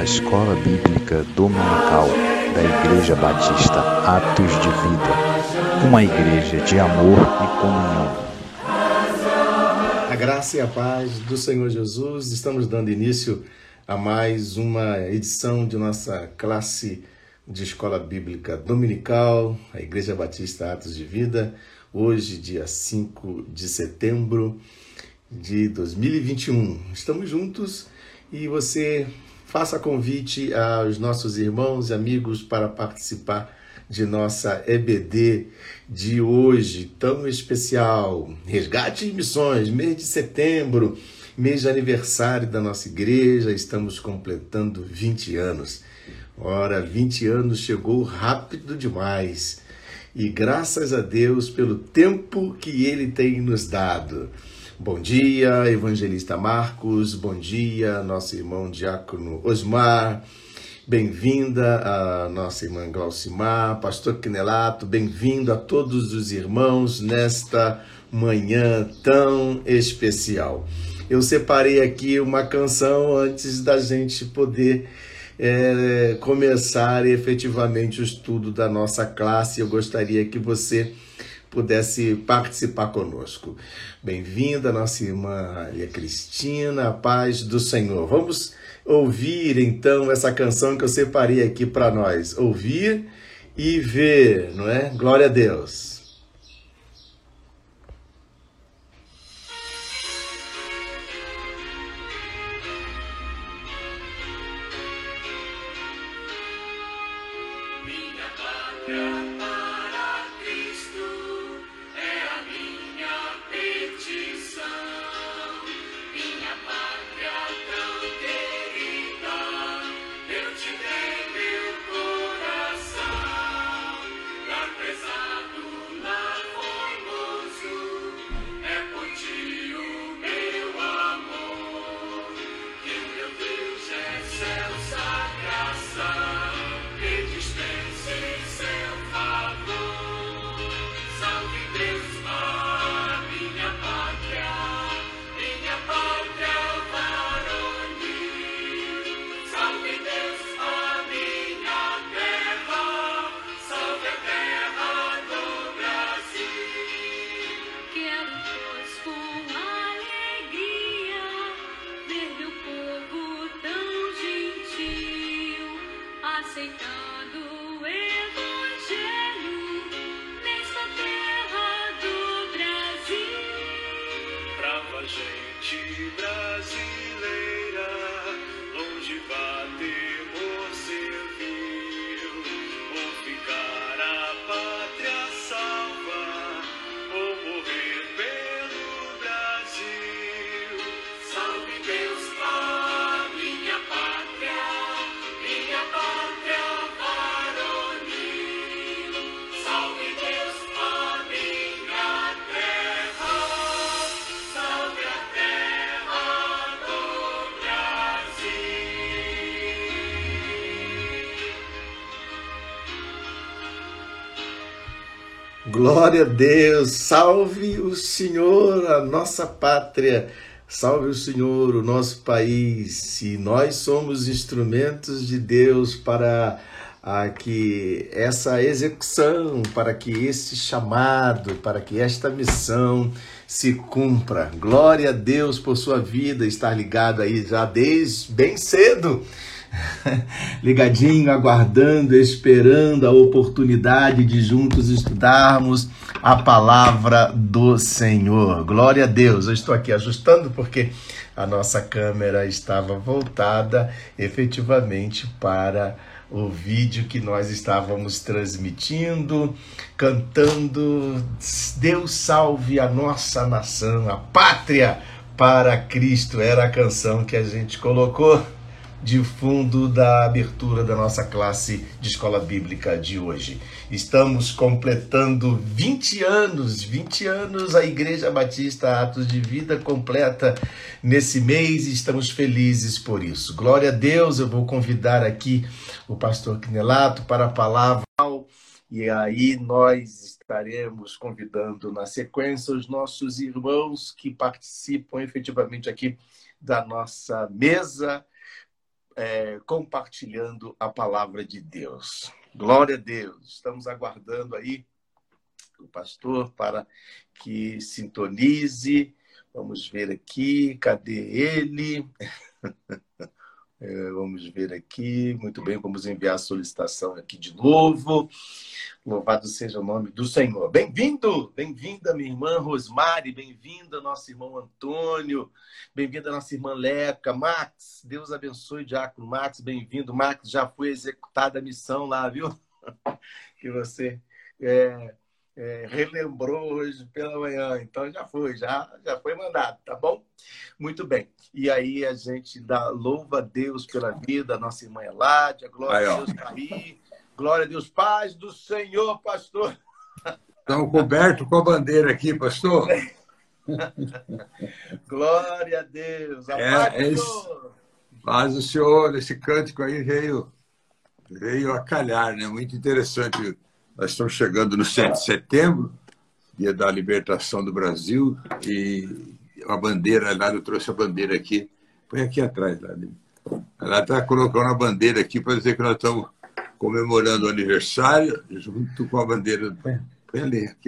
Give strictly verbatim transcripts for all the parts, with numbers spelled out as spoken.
a Escola Bíblica Dominical da Igreja Batista Atos de Vida, uma igreja de amor e comunhão. A graça e a paz do Senhor Jesus, estamos dando início a mais uma edição de nossa classe de Escola Bíblica Dominical, a Igreja Batista Atos de Vida, hoje, dia cinco de setembro de dois mil e vinte e um. Estamos juntos e você faça convite aos nossos irmãos e amigos para participar de nossa E B D de hoje, tão especial. Resgate e Missões, mês de setembro, mês de aniversário da nossa igreja, estamos completando vinte anos. Ora, vinte anos chegou rápido demais. E graças a Deus pelo tempo que Ele tem nos dado. Bom dia, evangelista Marcos, bom dia, nosso irmão diácono Osmar, bem-vinda a nossa irmã Glaucimar, pastor Quinelato, bem-vindo a todos os irmãos nesta manhã tão especial. Eu separei aqui uma canção antes da gente poder é, começar efetivamente o estudo da nossa classe. Eu gostaria que você pudesse participar conosco. Bem-vinda, nossa irmã Maria Cristina, a paz do Senhor. Vamos ouvir, então, essa canção que eu separei aqui para nós. Ouvir e ver, não é? Glória a Deus. Glória a Deus, salve o Senhor, a nossa pátria, salve o Senhor, o nosso país, e nós somos instrumentos de Deus para a, que essa execução, para que esse chamado, para que esta missão se cumpra. Glória a Deus por sua vida, estar ligado aí já desde bem cedo, ligadinho, aguardando, esperando a oportunidade de juntos estudarmos a palavra do Senhor. Glória a Deus. Eu estou aqui ajustando porque a nossa câmera estava voltada efetivamente para o vídeo que nós estávamos transmitindo, cantando Deus salve a nossa nação, a pátria para Cristo. Era a canção que a gente colocou de fundo da abertura da nossa classe de escola bíblica de hoje. Estamos completando vinte anos, vinte anos, a Igreja Batista Atos de Vida completa nesse mês e estamos felizes por isso. Glória a Deus, eu vou convidar aqui o pastor Quinelato para a palavra e aí nós estaremos convidando na sequência os nossos irmãos que participam efetivamente aqui da nossa mesa é, compartilhando a palavra de Deus. Glória a Deus. Estamos aguardando aí o pastor para que sintonize. Vamos ver aqui, cadê ele? É, vamos ver aqui. Muito bem, vamos enviar a solicitação aqui de novo. Louvado seja o nome do Senhor. Bem-vindo, bem-vinda minha irmã Rosmari, bem-vinda nosso irmão Antônio, bem-vinda nossa irmã Leca. Max, Deus abençoe, diácono Max, bem-vindo. Max, já foi executada a missão lá, viu? Que você é, é, relembrou hoje pela manhã, então já foi, já, já foi mandado, tá bom? Muito bem. E aí a gente dá louva a Deus pela vida, a nossa irmã Eládia, glória aí, a Deus, tá aí. Glória a Deus, paz do Senhor, pastor. Estão cobertos com a bandeira aqui, pastor. Glória a Deus. A é, paz do esse, Senhor. Paz do Senhor, esse cântico aí veio, veio a calhar, né? Muito interessante. Nós estamos chegando no sete de setembro, dia da libertação do Brasil, e a bandeira, lá eu trouxe a bandeira aqui. Põe aqui atrás, lá. Ela está colocando a bandeira aqui para dizer que nós estamos comemorando o aniversário, junto com a bandeira. Põe, põe ali, aqui.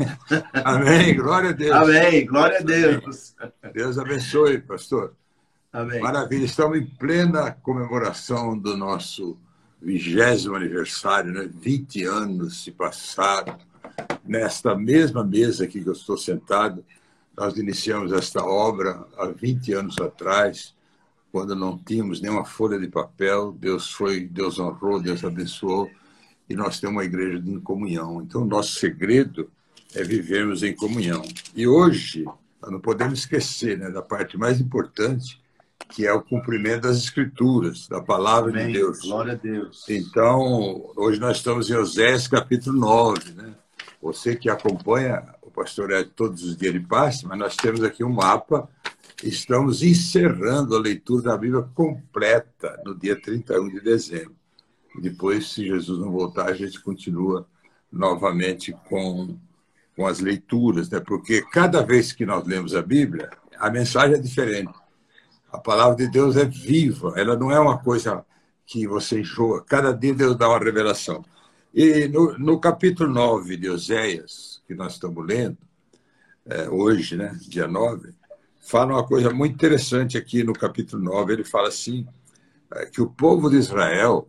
Amém, glória a Deus. Amém, glória a Deus. Deus abençoe, pastor. Amém. Maravilha, estamos em plena comemoração do nosso vigésimo aniversário, né? vinte anos se passaram. Nesta mesma mesa aqui que eu estou sentado, nós iniciamos esta obra há vinte anos atrás, quando não tínhamos nenhuma folha de papel. Deus foi, Deus honrou, Deus abençoou, e nós temos uma igreja em comunhão. Então, o nosso segredo é vivermos em comunhão. E hoje, nós não podemos esquecer, né, da parte mais importante, que é o cumprimento das Escrituras, da palavra Amém. De Deus. Glória a Deus. Então, hoje nós estamos em Oséias, capítulo nove. Né? Você que acompanha o pastor Ed todos os dias de passe, mas nós temos aqui um mapa. Estamos encerrando a leitura da Bíblia completa no dia trinta e um de dezembro. Depois, se Jesus não voltar, a gente continua novamente com, com as leituras, né? Porque cada vez que nós lemos a Bíblia, a mensagem é diferente. A palavra de Deus é viva, ela não é uma coisa que você enjoa. Cada dia Deus dá uma revelação. E no, no capítulo nove de Oséias, que nós estamos lendo, é, hoje, né, dia nove, fala uma coisa muito interessante aqui no capítulo nove. Ele fala assim, que o povo de Israel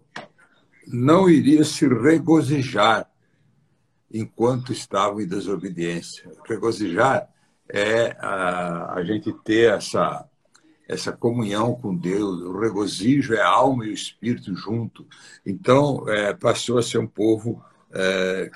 não iria se regozijar enquanto estavam em desobediência. Regozijar é a, a gente ter essa, essa comunhão com Deus. O regozijo é a alma e o espírito junto. Então, é, passou a ser um povo... É,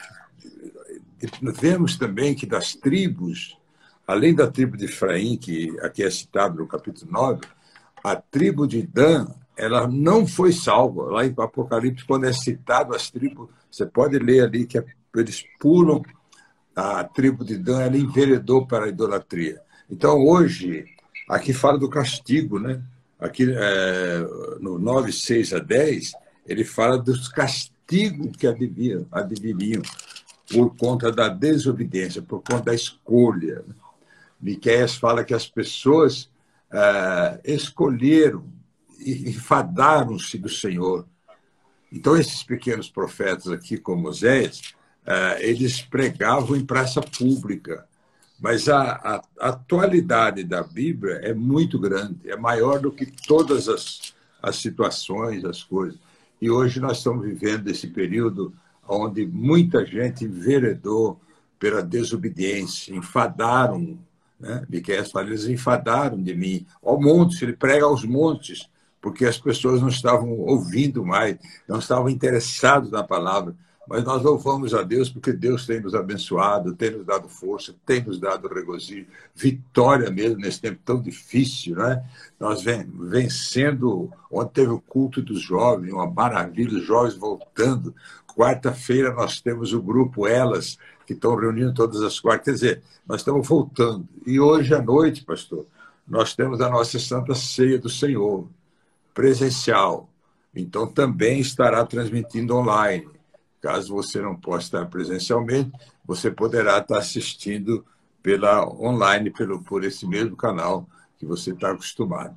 vemos também que das tribos, além da tribo de Efraim, que aqui é citado no capítulo nove, a tribo de Dan, ela não foi salva. Lá em Apocalipse, quando é citado as tribos, você pode ler ali que eles pulam, a tribo de Dan, ela enveredou para a idolatria. Então, hoje, aqui fala do castigo, né? Aqui, é, no nove, seis a dez, ele fala dos castigos que adviriam, adviriam por conta da desobediência, por conta da escolha. Miqueias fala que as pessoas ah, escolheram e enfadaram-se do Senhor. Então, esses pequenos profetas aqui, como Oséias, ah, eles pregavam em praça pública. Mas a, a, a atualidade da Bíblia é muito grande, é maior do que todas as, as situações, as coisas. E hoje nós estamos vivendo esse período onde muita gente enveredou pela desobediência, enfadaram, né? Miqueias fala, eles enfadaram de mim. Ao monte, ele prega aos montes, porque as pessoas não estavam ouvindo mais, não estavam interessadas na palavra. Mas nós louvamos a Deus porque Deus tem nos abençoado, tem nos dado força, tem nos dado regozijo, vitória mesmo nesse tempo tão difícil, né? Nós vem, vencendo, ontem teve o culto dos jovens, uma maravilha, os jovens voltando. Quarta-feira nós temos o grupo Elas, que estão reunindo todas as quartas. Quer dizer, nós estamos voltando. E hoje à noite, pastor, nós temos a nossa Santa Ceia do Senhor, presencial. Então também estará transmitindo online. Caso você não possa estar presencialmente, você poderá estar assistindo pela online, pelo, por esse mesmo canal que você está acostumado.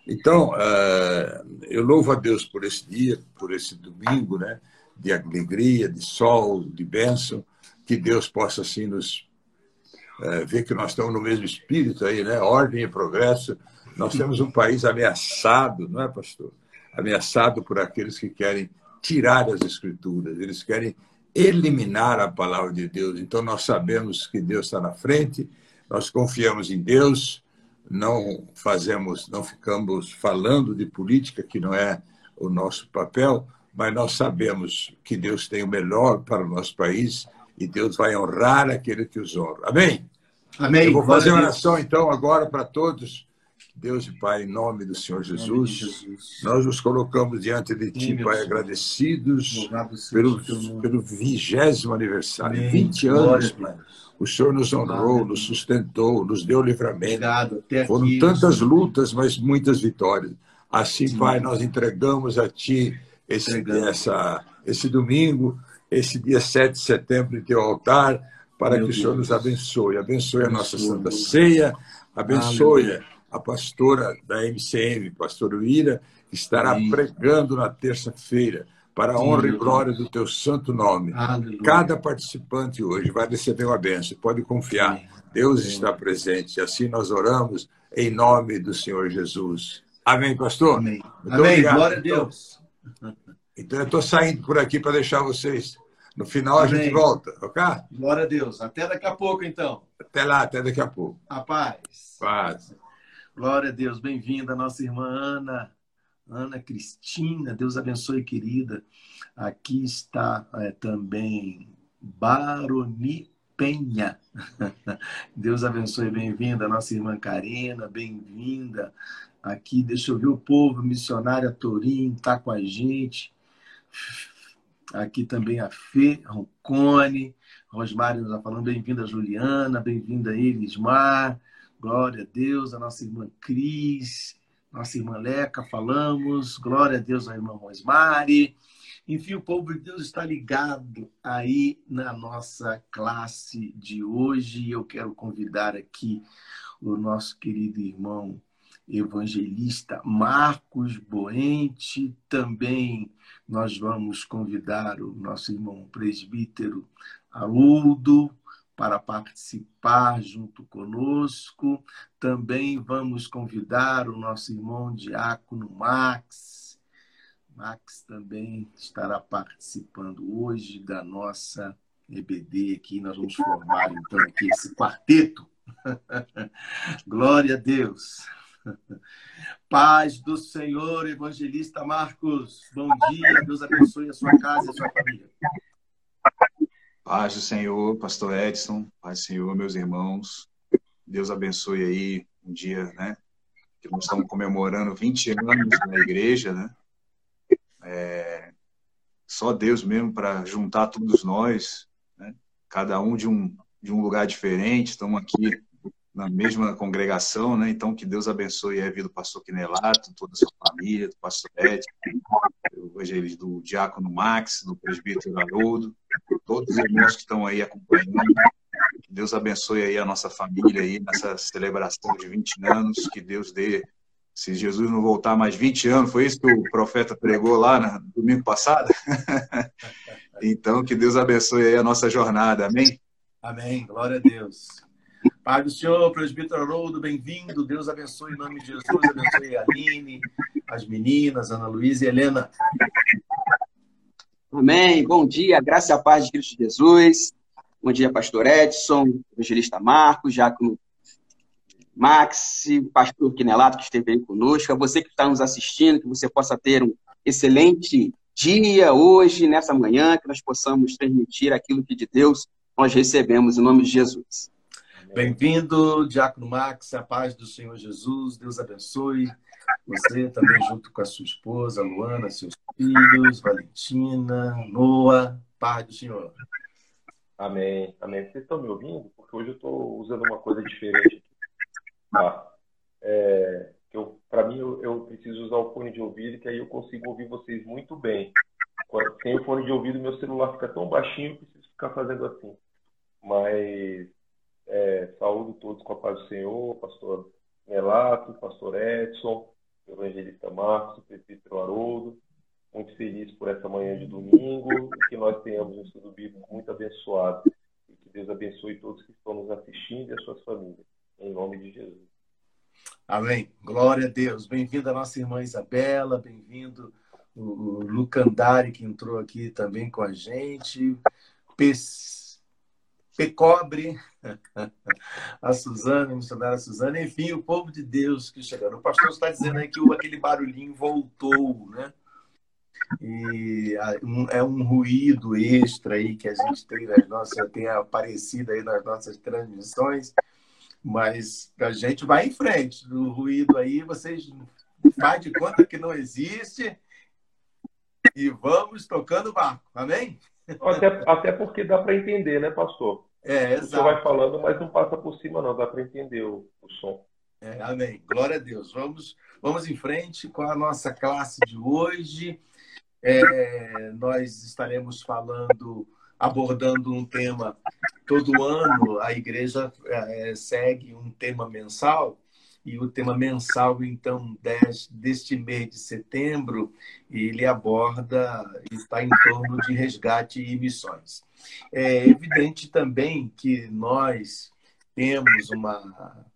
Então, uh, eu louvo a Deus por esse dia, por esse domingo, né? De alegria, de sol, de bênção, que Deus possa assim nos uh, ver que nós estamos no mesmo espírito aí, né? Ordem e progresso. Nós temos um país ameaçado, não é, pastor? Ameaçado por aqueles que querem tirar as escrituras, eles querem eliminar a palavra de Deus. Então, nós sabemos que Deus está na frente, nós confiamos em Deus, não fazemos, não ficamos falando de política, que não é o nosso papel, mas nós sabemos que Deus tem o melhor para o nosso país e Deus vai honrar aquele que os honra. Amém? Amém. Eu vou fazer uma oração, então, agora para todos. Deus e Pai, em nome do Senhor Jesus, Jesus, nós nos colocamos diante de Ti, Sim, Pai, Senhor, agradecidos pelo, pelo vigésimo aniversário. Amém. vinte anos, Pai. O Senhor nos honrou, Amém. Nos sustentou, nos deu livramento. Obrigado. Até Foram aqui, tantas Senhor. Lutas, mas muitas vitórias. Assim, Sim. Pai, nós entregamos a Ti esse, essa, esse domingo, esse dia sete de setembro, em Teu altar, para Meu que o Senhor Deus. Nos abençoe. Abençoe, abençoe a nossa Santa Ceia, abençoe Aleluia. A pastora da M C M, pastora Uira, que estará Amém. Pregando na terça-feira, para a honra Sim, e glória do Teu santo nome. Aleluia. Cada participante hoje vai receber uma bênção, pode confiar. Amém. Deus Amém. Está presente. E assim nós oramos em nome do Senhor Jesus. Amém, pastor? Amém. Muito Amém. Obrigado. Glória a Deus. Então, então eu estou saindo por aqui para deixar vocês. No final Amém. A gente volta, ok? Glória a Deus. Até daqui a pouco, então. Até lá, até daqui a pouco. A paz. Paz. Glória a Deus. Bem-vinda, nossa irmã Ana. Ana Cristina, Deus abençoe, querida. Aqui está é, também Baroni Penha. Deus abençoe, bem-vinda, nossa irmã Karina, bem-vinda. Aqui, deixa eu ver o povo, missionária Torim, está com a gente. Aqui também a Fê, Roncone, Rosmário nos está falando, bem-vinda Juliana, bem-vinda Elismar, glória a Deus, a nossa irmã Cris, nossa irmã Leca, falamos, glória a Deus, a irmã Rosmari. Enfim, o povo de Deus está ligado aí na nossa classe de hoje. Eu quero convidar aqui o nosso querido irmão evangelista Marcos Boente. Também nós vamos convidar o nosso irmão presbítero Haroldo para participar junto conosco. Também vamos convidar o nosso irmão diácono Max. Max também estará participando hoje da nossa E B D aqui. Nós vamos formar, então, aqui esse quarteto. Glória a Deus. Paz do Senhor, evangelista Marcos. Bom dia, Deus abençoe a sua casa e a sua família. Paz do Senhor, pastor Edson. Paz do Senhor, meus irmãos. Deus abençoe aí um dia, né? Que nós estamos comemorando vinte anos na igreja, né? É, só Deus mesmo para juntar todos nós, né? Cada um de um, de um lugar diferente. Estamos aqui na mesma congregação, né? Então, que Deus abençoe a vida do pastor Quinelato, toda a sua família, do pastor Edson, do diácono Max, do presbítero Haroldo, todos os irmãos que estão aí acompanhando. Que Deus abençoe aí a nossa família aí nessa celebração de vinte anos, que Deus dê, se Jesus não voltar mais vinte anos, foi isso que o profeta pregou lá no domingo passado? Então, que Deus abençoe aí a nossa jornada, amém? Amém, glória a Deus. Pai do Senhor, presbítero Haroldo, bem-vindo. Deus abençoe em nome de Jesus. Abençoe a Aline, as meninas, Ana Luísa e Helena. Amém. Bom dia, graça e a paz de Cristo Jesus. Bom dia, pastor Edson, evangelista Marcos, diácono Max, pastor Quinelato, que esteve aí conosco. A você que está nos assistindo, que você possa ter um excelente dia hoje, nessa manhã, que nós possamos transmitir aquilo que de Deus nós recebemos em nome de Jesus. Bem-vindo, diácono Max, a paz do Senhor Jesus, Deus abençoe você também junto com a sua esposa, Luana, seus filhos, Valentina, Noah, paz do Senhor. Amém, amém. Vocês estão me ouvindo? Porque hoje eu estou usando uma coisa diferente aqui. Ah, é, Para mim, eu, eu preciso usar o fone de ouvido, que aí eu consigo ouvir vocês muito bem. Quando tem o fone de ouvido, meu celular fica tão baixinho, eu preciso ficar fazendo assim. Mas... É, saúdo todos com a paz do Senhor, pastor Melato, pastor Edson, o evangelista Marcos, o presbítero Haroldo. Muito feliz por essa manhã de domingo e que nós tenhamos um estudo bíblico muito abençoado. E que Deus abençoe todos que estão nos assistindo e as suas famílias. Em nome de Jesus. Amém. Glória a Deus. Bem-vinda a nossa irmã Isabela, bem-vindo o Lucandari, que entrou aqui também com a gente. Pecobre, a Suzana, a missionária Suzana, enfim, o povo de Deus que chegaram. O pastor está dizendo aí que aquele barulhinho voltou, né? E é um ruído extra aí que a gente tem nas nossas, tem aparecido aí nas nossas transmissões, mas a gente vai em frente. Do ruído aí, vocês fazem de conta que não existe e vamos tocando o barco, amém? Até, até porque dá para entender, né, pastor? É, exato. O senhor vai falando, mas não passa por cima, não. Dá para entender o, o som. É, amém. Glória a Deus. Vamos, vamos em frente com a nossa classe de hoje. É, nós estaremos falando, abordando um tema. Todo ano a igreja é, segue um tema mensal. E o tema mensal, então, deste mês de setembro, ele aborda, está em torno de resgate e missões. É evidente também que nós temos uma...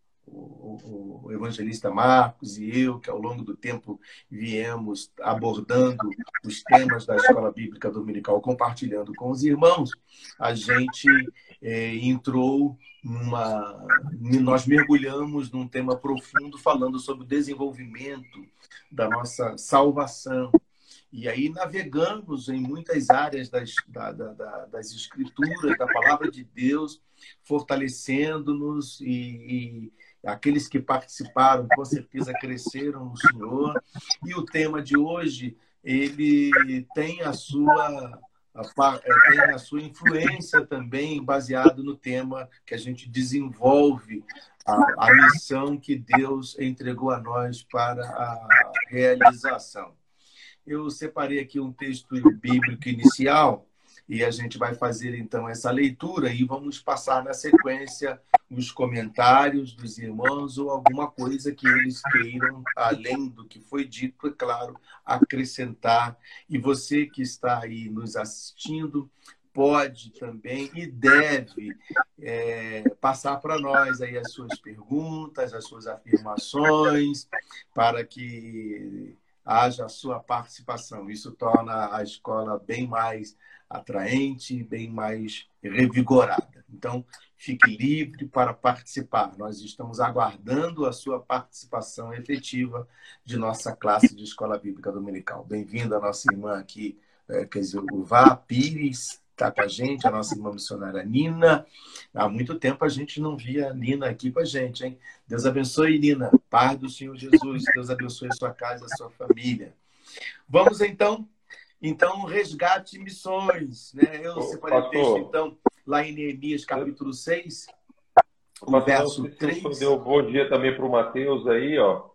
O, o evangelista Marcos e eu, que ao longo do tempo viemos abordando os temas da Escola Bíblica Dominical, compartilhando com os irmãos, a gente é, entrou numa... Nós mergulhamos num tema profundo falando sobre o desenvolvimento da nossa salvação. E aí navegamos em muitas áreas das, da, da, das Escrituras, da Palavra de Deus, fortalecendo-nos e... e aqueles que participaram, com certeza, cresceram no Senhor. E o tema de hoje, ele tem a sua, a, tem a sua influência também, baseado no tema que a gente desenvolve, a, a missão que Deus entregou a nós para a realização. Eu separei aqui um texto bíblico inicial, e a gente vai fazer, então, essa leitura e vamos passar na sequência os comentários dos irmãos ou alguma coisa que eles queiram, além do que foi dito, é claro, acrescentar. E você que está aí nos assistindo pode também e deve é, passar para nós aí as suas perguntas, as suas afirmações, para que haja a sua participação. Isso torna a escola bem mais atraente, bem mais revigorada. Então, fique livre para participar. Nós estamos aguardando a sua participação efetiva de nossa classe de Escola Bíblica Dominical. Bem-vinda a nossa irmã aqui, quer dizer, o Vá Pires, está com a gente, a nossa irmã missionária Nina. Há muito tempo a gente não via a Nina aqui com a gente, hein? Deus abençoe, Nina. Paz do Senhor Jesus. Deus abençoe a sua casa, a sua família. Vamos, então... Então, resgate e missões, né? Eu separei o texto, então, lá em Neemias, capítulo seis, o pastor, verso três. O deu bom dia também para o Mateus aí, ó.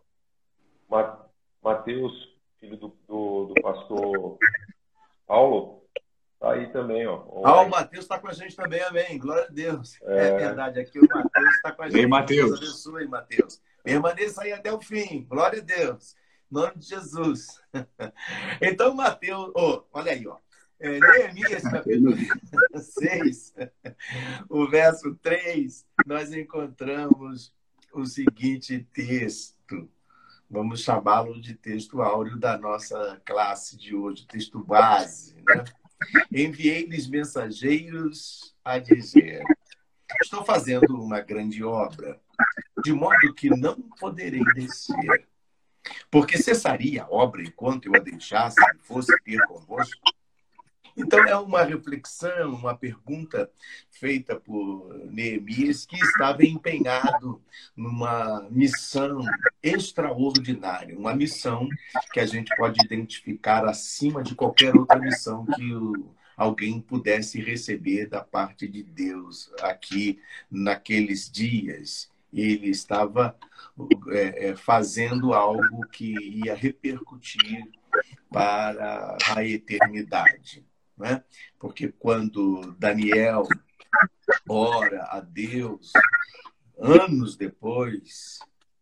Mateus, filho do, do, do pastor Paulo, tá aí também, ó. Ah, o Mateus está com a gente também, amém. Glória a Deus. É, é verdade, aqui o Mateus está com a gente. Ei, Mateus. Deus abençoe, Mateus. Permaneça aí até o fim. Glória a Deus. Em nome de Jesus. Então, Mateus, oh, olha aí, ó. É, Neemias, capítulo seis, o verso três, nós encontramos o seguinte texto. Vamos chamá-lo de texto áureo da nossa classe de hoje, texto base, né? Enviei-lhes mensageiros a dizer: estou fazendo uma grande obra, de modo que não poderei descer. Porque cessaria a obra enquanto eu a deixasse e fosse ter convosco? Então, é uma reflexão, uma pergunta feita por Neemias, que estava empenhado numa missão extraordinária, uma missão que a gente pode identificar acima de qualquer outra missão que o, alguém pudesse receber da parte de Deus aqui naqueles dias. Ele estava é, fazendo algo que ia repercutir para a eternidade, né? Porque quando Daniel ora a Deus, anos depois,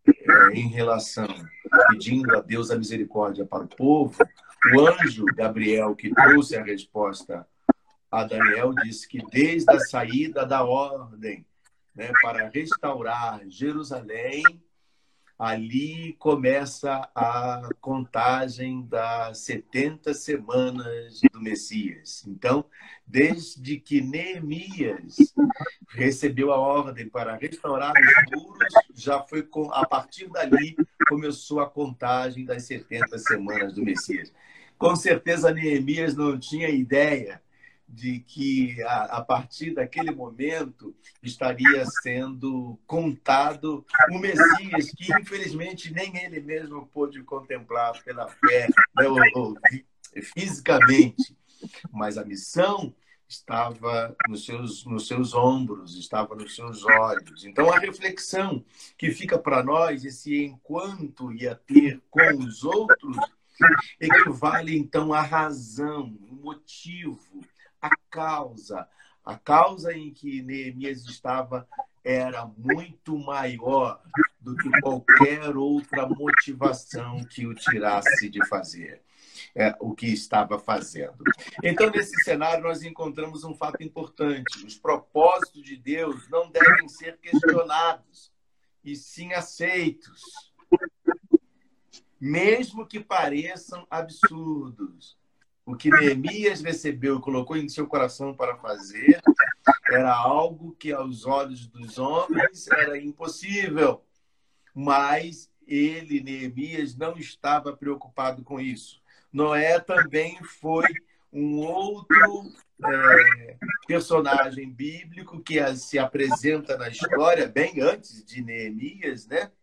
é, em relação, pedindo a Deus a misericórdia para o povo, o anjo Gabriel, que trouxe a resposta a Daniel, disse que desde a saída da ordem, né, para restaurar Jerusalém, ali começa a contagem das setenta semanas do Messias. Então, desde que Neemias recebeu a ordem para restaurar os muros, já foi com, a partir dali começou a contagem das setenta semanas do Messias. Com certeza, Neemias não tinha ideia de que, a, a partir daquele momento, estaria sendo contado o Messias, que, infelizmente, nem ele mesmo pôde contemplar pela fé, né, ou, ou, fisicamente. Mas a missão estava nos seus, nos seus ombros, estava nos seus olhos. Então, a reflexão que fica para nós, esse enquanto ia ter com os outros, equivale, então, à razão, o motivo, a causa. A causa em que Neemias estava era muito maior do que qualquer outra motivação que o tirasse de fazer é, o que estava fazendo. Então, nesse cenário, nós encontramos um fato importante. Os propósitos de Deus não devem ser questionados, e sim aceitos, mesmo que pareçam absurdos. O que Neemias recebeu e colocou em seu coração para fazer era algo que, aos olhos dos homens, era impossível. Mas ele, Neemias, não estava preocupado com isso. Noé também foi um outro é, personagem bíblico que se apresenta na história bem antes de Neemias, né?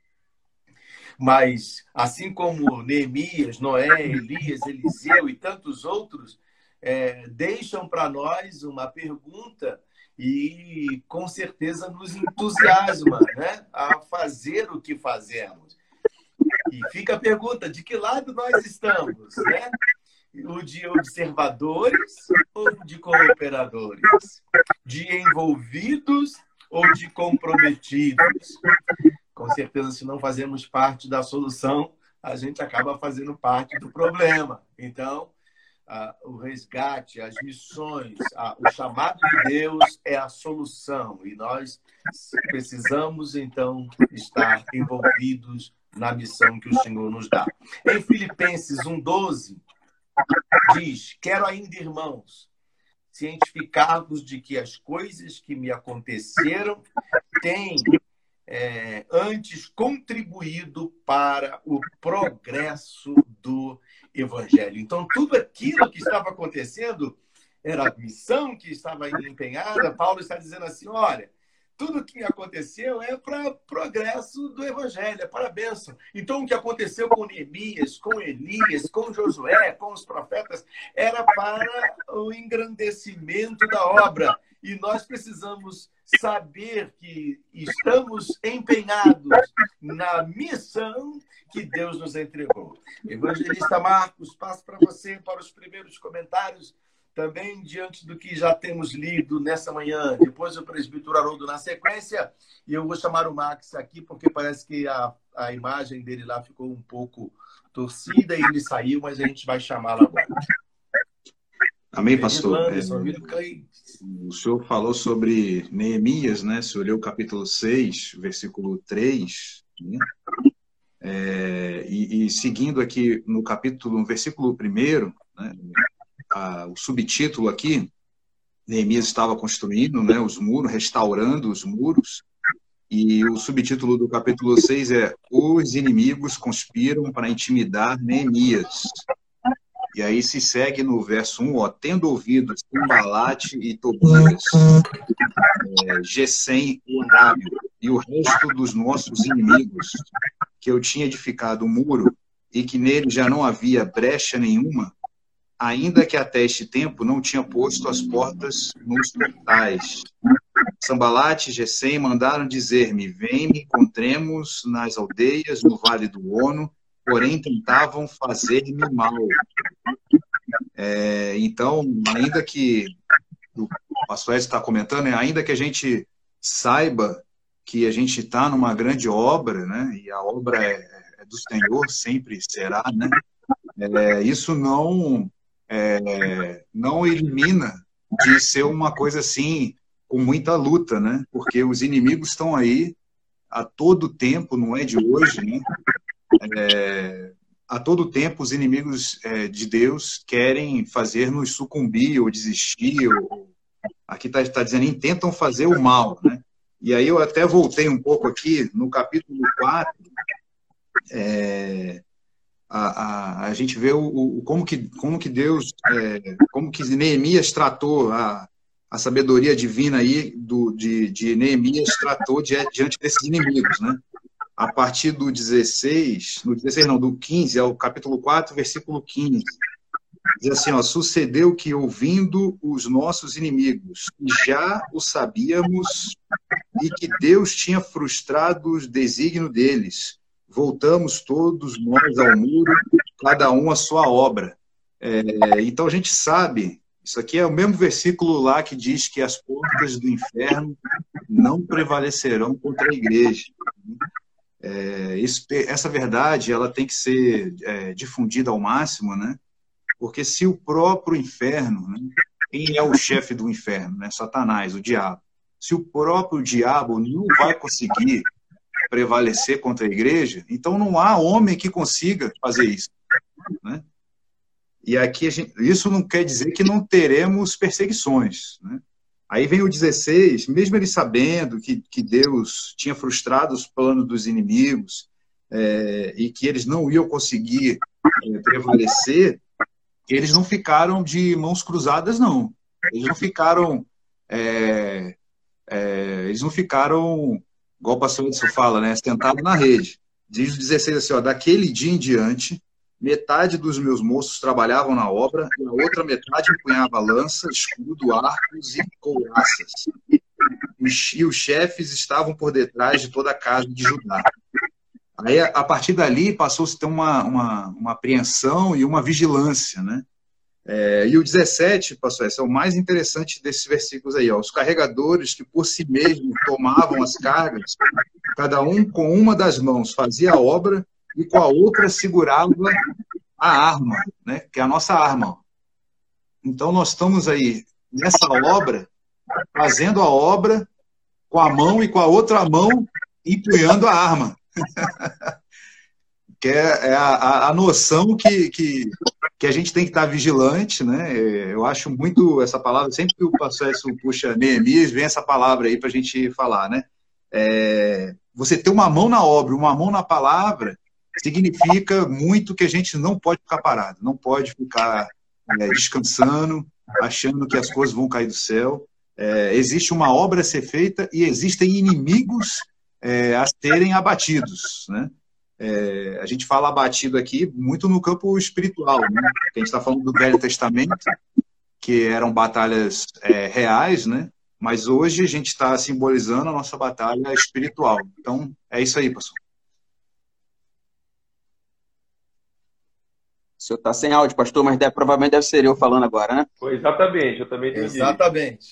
Mas, assim como Neemias, Noé, Elias, Eliseu e tantos outros, é, deixam para nós uma pergunta e, com certeza, nos entusiasma, né, a fazer o que fazemos. E fica a pergunta, de que lado nós estamos? Né? O de observadores ou de cooperadores? De envolvidos ou de comprometidos? Com certeza, se não fazemos parte da solução, a gente acaba fazendo parte do problema. Então, uh, o resgate, as missões, uh, o chamado de Deus é a solução. E nós precisamos, então, estar envolvidos na missão que o Senhor nos dá. Em Filipenses um, doze, diz: quero ainda, irmãos, cientificar-vos de que as coisas que me aconteceram têm É, antes contribuído para o progresso do Evangelho. Então, tudo aquilo que estava acontecendo era a missão que estava empenhada. Paulo está dizendo assim, olha, tudo que aconteceu é para o progresso do Evangelho, é para a bênção. Então, o que aconteceu com Neemias, com Elias, com Josué, com os profetas, era para o engrandecimento da obra. E nós precisamos saber que estamos empenhados na missão que Deus nos entregou. Evangelista Marcos, passo para você para os primeiros comentários, também diante do que já temos lido nessa manhã. Depois o presbítero Haroldo na sequência, e eu vou chamar o Max aqui, porque parece que a, a imagem dele lá ficou um pouco torcida e ele saiu, mas a gente vai chamá-lo agora. Amém, pastor? É, o senhor falou sobre Neemias, né? O senhor leu o capítulo seis, versículo três, né? É, e, e seguindo aqui no capítulo, no versículo primeiro, né? A, o subtítulo aqui, Neemias estava construindo, né, os muros, restaurando os muros, e o subtítulo do capítulo seis é: os inimigos conspiram para intimidar Neemias. E aí se segue no verso um, ó, tendo ouvido Sanbalate e Tobias, é, Gesem e Arábio, e o resto dos nossos inimigos, que eu tinha edificado o muro, e que nele já não havia brecha nenhuma, ainda que até este tempo não tinha posto as portas nos portais. Sanbalate e Gesem mandaram dizer-me: vem-me, encontremos nas aldeias, no vale do Ono, porém tentavam fazer-me mal. É, então, ainda que, o pastor Edson está comentando, ainda que a gente saiba que a gente está numa grande obra, né? E a obra é, é do Senhor, sempre será, né? É, isso não, é, não elimina de ser uma coisa assim, com muita luta, né? Porque os inimigos estão aí a todo tempo, não é de hoje, né? É, a todo tempo os inimigos é, de Deus querem fazer-nos sucumbir ou desistir, ou, aqui está tá dizendo, intentam fazer o mal, né? E aí eu até voltei um pouco aqui, no capítulo quatro, é, a, a, a gente vê o, o, como, que, como que Deus, é, como que Neemias tratou, a, a sabedoria divina aí do, de, de Neemias tratou diante desses inimigos, né? A partir do dezesseis, no dezesseis não, do quinze, ao capítulo quatro, versículo quinze. Diz assim, ó, sucedeu que ouvindo os nossos inimigos, já o sabíamos e que Deus tinha frustrado os desígnios deles. Voltamos todos nós ao muro, cada um a sua obra. É, então a gente sabe, isso aqui é o mesmo versículo lá que diz que as portas do inferno não prevalecerão contra a igreja. É, isso, essa verdade ela tem que ser é, difundida ao máximo, né? Porque se o próprio inferno, né, quem é o chefe do inferno? Né? Satanás, o diabo. Se o próprio diabo não vai conseguir prevalecer contra a igreja, então não há homem que consiga fazer isso. Né? E aqui a gente, isso não quer dizer que não teremos perseguições. Né? Aí vem o dezesseis, mesmo ele sabendo que, que Deus tinha frustrado os planos dos inimigos é, e que eles não iam conseguir é, prevalecer, eles não ficaram de mãos cruzadas, não. Eles não ficaram, é, é, eles não ficaram, igual o pastor Edson fala, né, sentado na rede. Diz o dezesseis assim, ó, daquele dia em diante, metade dos meus moços trabalhavam na obra, e a outra metade empunhava lança, escudo, arcos e couraças. E os chefes estavam por detrás de toda a casa de Judá. Aí, a partir dali, passou-se a ter uma, uma, uma apreensão e uma vigilância, né? É, e o dezessete, pastor, esse é o mais interessante desses versículos aí, ó. Os carregadores que por si mesmos tomavam as cargas, cada um com uma das mãos fazia a obra e com a outra segurava a arma, né? Que é a nossa arma. Então, nós estamos aí nessa obra, fazendo a obra com a mão e com a outra mão empunhando a arma. Que é a, a noção que, que, que a gente tem que estar vigilante, né? Eu acho muito essa palavra, sempre que o pastor Edson puxa Neemias, vem essa palavra aí para a gente falar, né? É, você ter uma mão na obra, uma mão na palavra, significa muito que a gente não pode ficar parado, não pode ficar é, descansando, achando que as coisas vão cair do céu. É, existe uma obra a ser feita e existem inimigos É, a serem abatidos, né? É, a gente fala abatido aqui muito no campo espiritual, né? A gente está falando do Velho Testamento, que eram batalhas é, reais, né? Mas hoje a gente está simbolizando a nossa batalha espiritual. Então, é isso aí, pastor. O senhor está sem áudio, pastor, mas deve, provavelmente deve ser eu falando agora, né? Foi exatamente, eu também entendi. Exatamente.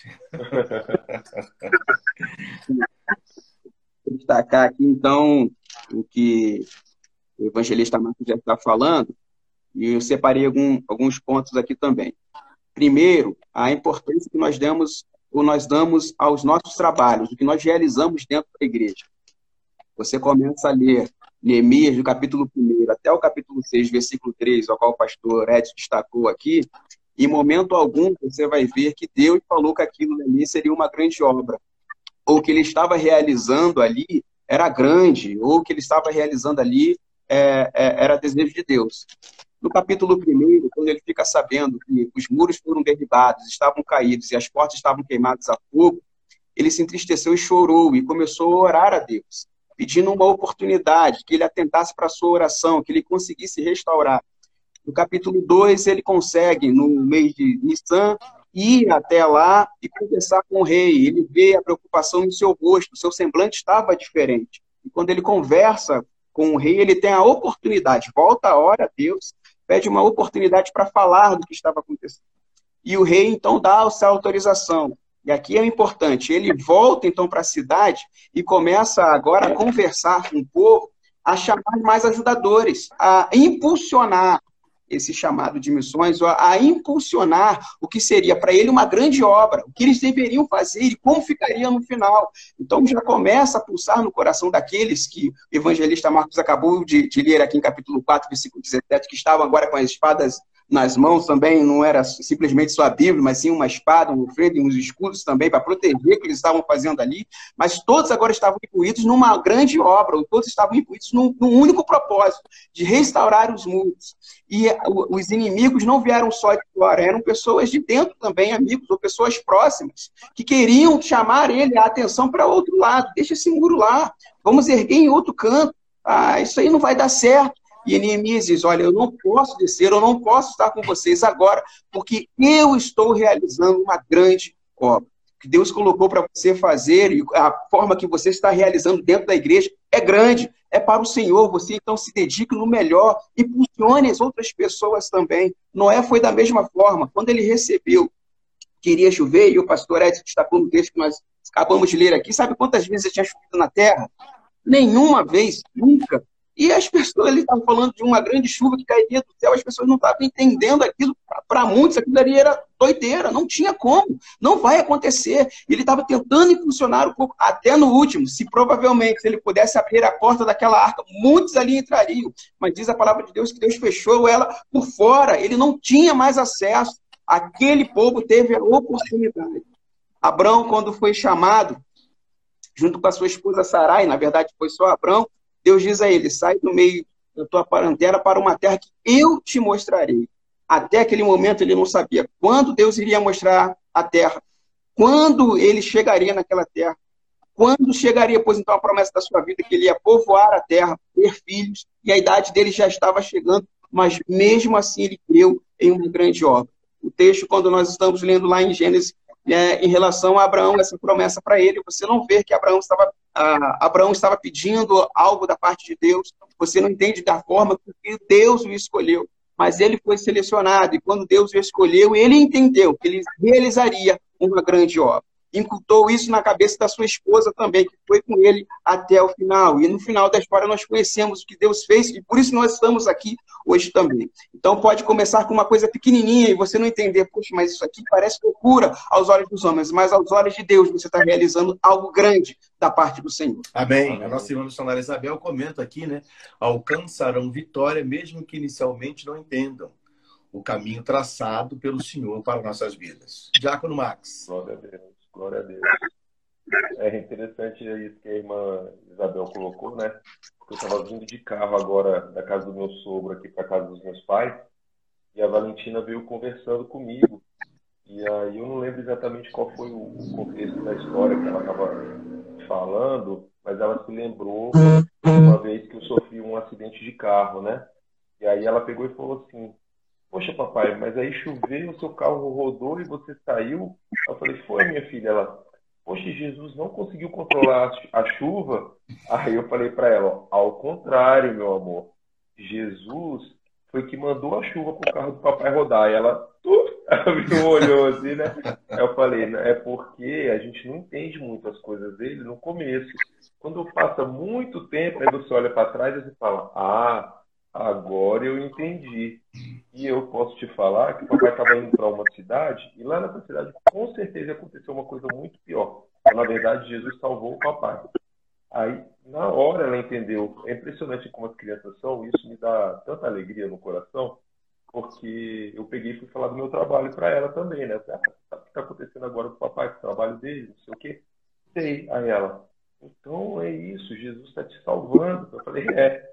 Destacar aqui, então, o que o evangelista Marcos já está falando, e eu separei algum, alguns pontos aqui também. Primeiro, a importância que nós damos, ou nós damos aos nossos trabalhos, o que nós realizamos dentro da igreja. Você começa a ler Neemias, do capítulo um até o capítulo seis, versículo três, ao qual o pastor Edson destacou aqui, e em momento algum você vai ver que Deus falou que aquilo ali seria uma grande obra, ou que ele estava realizando ali era grande, ou que ele estava realizando ali é, é, era desejo de Deus. No capítulo primeiro, quando ele fica sabendo que os muros foram derribados, estavam caídos e as portas estavam queimadas a fogo, ele se entristeceu e chorou e começou a orar a Deus, pedindo uma oportunidade, que ele atentasse para a sua oração, que ele conseguisse restaurar. No capítulo dois, ele consegue, no mês de Nissan, ir até lá e conversar com o rei. Ele vê a preocupação no seu rosto, o seu semblante estava diferente. E quando ele conversa com o rei, ele tem a oportunidade, volta a hora a Deus, pede uma oportunidade para falar do que estava acontecendo. E o rei, então, dá essa autorização. E aqui é o importante, ele volta então para a cidade e começa agora a conversar com o povo, a chamar mais ajudadores, a impulsionar esse chamado de missões, a, a impulsionar o que seria para ele uma grande obra, o que eles deveriam fazer e como ficaria no final. Então já começa a pulsar no coração daqueles que o evangelista Marcos acabou de, de ler aqui em capítulo quatro, versículo dezessete, que estavam agora com as espadas nas mãos também, não era simplesmente sua Bíblia, mas sim uma espada, um freio e uns escudos também para proteger o que eles estavam fazendo ali, mas todos agora estavam imbuídos numa grande obra, todos estavam imbuídos num, num único propósito, de restaurar os muros. E os inimigos não vieram só de fora, eram pessoas de dentro também, amigos, ou pessoas próximas, que queriam chamar ele a atenção para outro lado, deixa esse muro lá, vamos erguer em outro canto, ah, isso aí não vai dar certo. E Neemias diz, olha, eu não posso descer, eu não posso estar com vocês agora, porque eu estou realizando uma grande obra. O que Deus colocou para você fazer e a forma que você está realizando dentro da igreja é grande, é para o Senhor. Você então se dedique no melhor, impulsione as outras pessoas também. Noé foi da mesma forma. Quando ele recebeu que iria chover, e o pastor Edson destacou no texto que nós acabamos de ler aqui, sabe quantas vezes ele tinha chovido na terra? Nenhuma vez, nunca. E as pessoas, ele estava falando de uma grande chuva que cairia do céu, as pessoas não estavam entendendo aquilo, para muitos aquilo ali era doideira, não tinha como, não vai acontecer. Ele estava tentando impulsionar o povo, até no último, se provavelmente se ele pudesse abrir a porta daquela arca, muitos ali entrariam, mas diz a palavra de Deus que Deus fechou ela por fora, ele não tinha mais acesso, aquele povo teve a oportunidade. Abrão, quando foi chamado, junto com a sua esposa Sarai, na verdade foi só Abrão, Deus diz a ele, sai do meio da tua parentela para uma terra que eu te mostrarei. Até aquele momento ele não sabia quando Deus iria mostrar a terra, quando ele chegaria naquela terra, quando chegaria, pois então, a promessa da sua vida, que ele ia povoar a terra, ter filhos, e a idade dele já estava chegando, mas mesmo assim ele creu em uma grande obra. O texto, quando nós estamos lendo lá em Gênesis, é, em relação a Abraão, essa promessa para ele, você não vê que Abraão estava, ah, Abraão estava pedindo algo da parte de Deus, você não entende da forma que Deus o escolheu, mas ele foi selecionado, e quando Deus o escolheu, ele entendeu que ele realizaria uma grande obra. Incultou isso na cabeça da sua esposa também, que foi com ele até o final. E no final da história nós conhecemos o que Deus fez, e por isso nós estamos aqui hoje também. Então pode começar com uma coisa pequenininha e você não entender, poxa, mas isso aqui parece loucura aos olhos dos homens, mas aos olhos de Deus você está realizando algo grande da parte do Senhor. Amém. Amém. A nossa irmã missionária Isabel comenta aqui, né? Alcançarão vitória, mesmo que inicialmente não entendam o caminho traçado pelo Senhor para nossas vidas. Diácono Max. Glória a Deus. Glória a Deus. É interessante isso que a irmã Isabel colocou, né? Porque eu estava vindo de carro agora da casa do meu sogro aqui para a casa dos meus pais e a Valentina veio conversando comigo. E aí eu não lembro exatamente qual foi o contexto da história que ela estava falando, mas ela se lembrou uma vez que eu sofri um acidente de carro, né? E aí ela pegou e falou assim, poxa, papai, mas aí choveu, o seu carro rodou e você saiu? Eu falei, foi, minha filha. Ela, poxa, Jesus não conseguiu controlar a chuva? Aí eu falei para ela, ao contrário, meu amor. Jesus foi que mandou a chuva pro carro do papai rodar. E ela, uh, ela me olhou assim, né? Aí eu falei, é porque a gente não entende muito as coisas dele no começo. Quando passa muito tempo, aí você olha para trás e você fala, ah, agora eu entendi. E eu posso te falar que o papai estava indo para uma cidade e lá nessa cidade com certeza aconteceu uma coisa muito pior. Na verdade, Jesus salvou o papai. Aí, na hora ela entendeu. É impressionante como as crianças são. Isso me dá tanta alegria no coração, porque eu peguei e fui falar do meu trabalho para ela também, né? Ah, sabe o que está acontecendo agora com o papai, com o trabalho dele, não sei o quê? Sei. Aí ela, então é isso, Jesus está te salvando. Eu falei, é.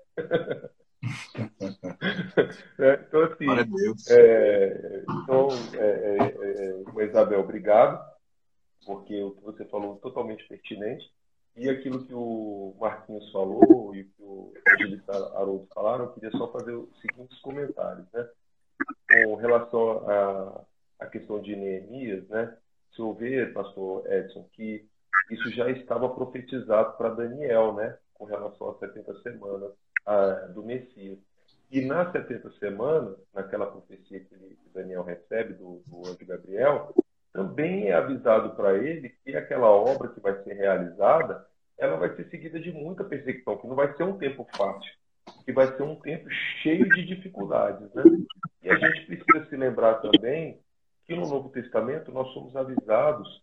Então, assim, é, então, é, é, é, Isabel, obrigado, porque o que você falou é totalmente pertinente, e aquilo que o Marquinhos falou e que o evangelista Haroldo falaram, eu queria só fazer os seguintes comentários, né? Com relação à, à questão de Neemias, né? Se eu ver, pastor Edson, que isso já estava profetizado para Daniel, né? Com relação às setenta semanas a, do Messias. E nas setenta semanas, naquela profecia que, ele, que Daniel recebe do, do anjo Gabriel, também é avisado para ele que aquela obra que vai ser realizada, ela vai ser seguida de muita perseguição, que não vai ser um tempo fácil, que vai ser um tempo cheio de dificuldades, né? E a gente precisa se lembrar também que no Novo Testamento nós somos avisados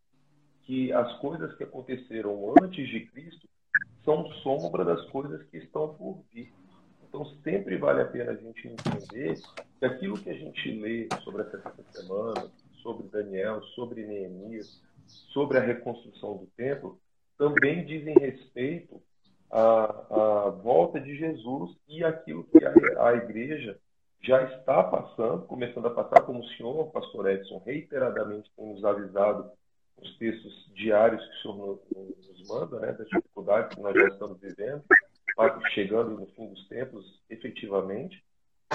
que as coisas que aconteceram antes de Cristo são sombra das coisas que estão por vir. Então sempre vale a pena a gente entender que aquilo que a gente lê sobre essa semana, sobre Daniel, sobre Neemias, sobre a reconstrução do templo, também dizem respeito à, à volta de Jesus e aquilo que a, a igreja já está passando, começando a passar, como o senhor, pastor Edson, reiteradamente tem nos avisado os textos diários que o senhor nos manda, né, das dificuldades que nós já estamos vivendo, chegando no fim dos tempos, efetivamente,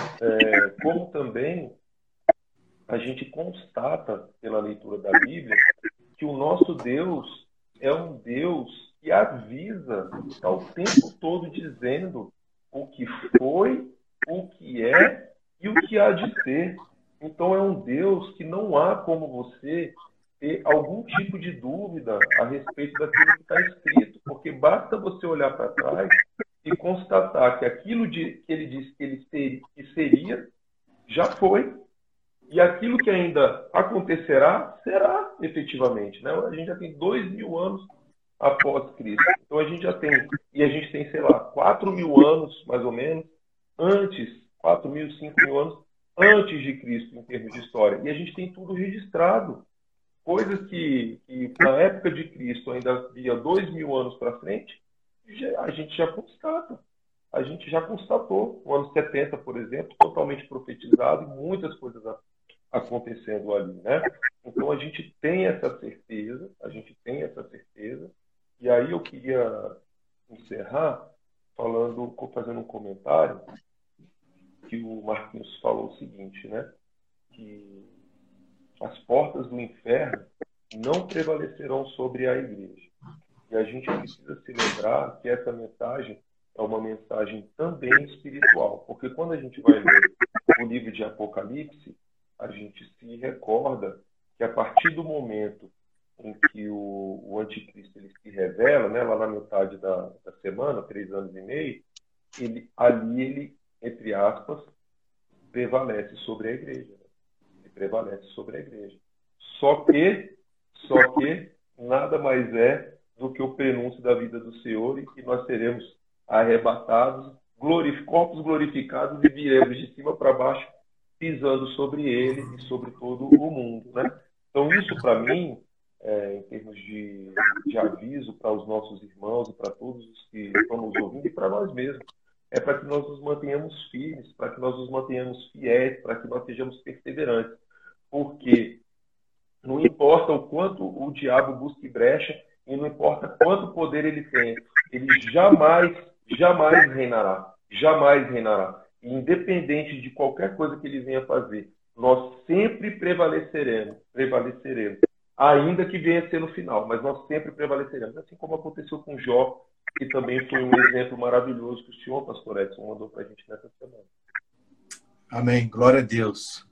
é, como também a gente constata, pela leitura da Bíblia, que o nosso Deus é um Deus que avisa, está o tempo todo dizendo o que foi, o que é e o que há de ser. Então é um Deus que não há como você ter algum tipo de dúvida a respeito daquilo que está escrito, porque basta você olhar para trás e constatar que aquilo de, que ele disse que ele ser, que seria, já foi. E aquilo que ainda acontecerá, será efetivamente. Né? A gente já tem dois mil anos após Cristo. Então a gente já tem, e a gente tem, sei lá, quatro mil anos, mais ou menos, antes, quatro mil, cinco mil anos antes de Cristo, em termos de história. E a gente tem tudo registrado. Coisas que, que na época de Cristo ainda havia dois mil anos para frente, já, a gente já constata. A gente já constatou. No ano setenta, por exemplo, totalmente profetizado e muitas coisas acontecendo ali, né? Então a gente tem essa certeza, a gente tem essa certeza, e aí eu queria encerrar falando, fazendo um comentário que o Marquinhos falou o seguinte, né? Que as portas do inferno não prevalecerão sobre a igreja. E a gente precisa se lembrar que essa mensagem é uma mensagem também espiritual, porque quando a gente vai ler o livro de Apocalipse, a gente se recorda que a partir do momento em que o, o anticristo ele se revela, né, lá na metade da, da semana, três anos e meio, ele, ali ele, entre aspas, prevalece sobre a igreja. Ele prevalece sobre a igreja. Só que, só que, nada mais é do que o prenúncio da vida do Senhor e que nós seremos arrebatados, glorif- corpos glorificados e viremos de cima para baixo, pisando sobre ele e sobre todo o mundo, né? Então isso para mim, é, em termos de, de aviso para os nossos irmãos e para todos os que estão nos ouvindo e para nós mesmos, é para que nós nos mantenhamos firmes, para que nós nos mantenhamos fiéis, para que nós sejamos perseverantes, porque não importa o quanto o diabo busque brecha e não importa quanto poder ele tem, ele jamais, jamais reinará, jamais reinará. Independente de qualquer coisa que ele venha fazer, nós sempre prevaleceremos, prevaleceremos, ainda que venha a ser no final, mas nós sempre prevaleceremos, assim como aconteceu com Jó, que também foi um exemplo maravilhoso que o senhor, pastor Edson, mandou para a gente nessa semana. Amém, glória a Deus.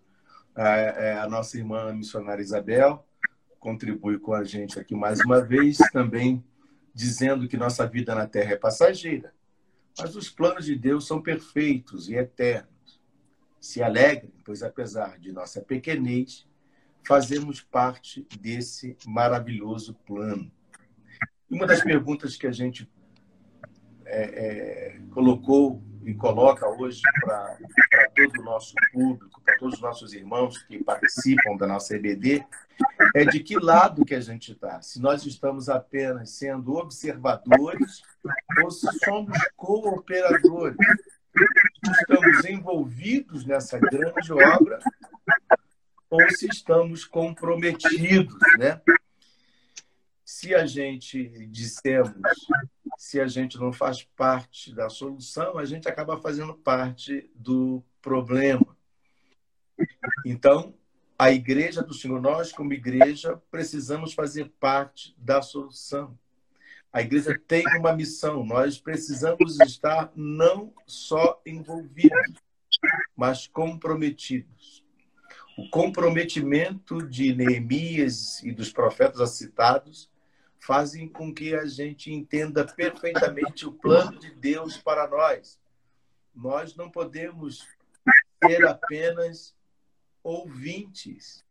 A, a nossa irmã missionária Isabel contribui com a gente aqui mais uma vez, também dizendo que nossa vida na Terra é passageira, mas os planos de Deus são perfeitos e eternos. Se alegrem, pois apesar de nossa pequenez, fazemos parte desse maravilhoso plano. Uma das perguntas que a gente é, é, colocou e coloca hoje para todo o nosso público, para todos os nossos irmãos que participam da nossa E B D, é de que lado que a gente está. Se nós estamos apenas sendo observadores ou se somos cooperadores. Se estamos envolvidos nessa grande obra ou se estamos comprometidos, né? Se a gente dissemos, se a gente não faz parte da solução, a gente acaba fazendo parte do problema. Então, a igreja do Senhor, nós como igreja, precisamos fazer parte da solução. A igreja tem uma missão, nós precisamos estar não só envolvidos, mas comprometidos. O comprometimento de Neemias e dos profetas citados fazem com que a gente entenda perfeitamente o plano de Deus para nós. Nós não podemos ser apenas ouvintes,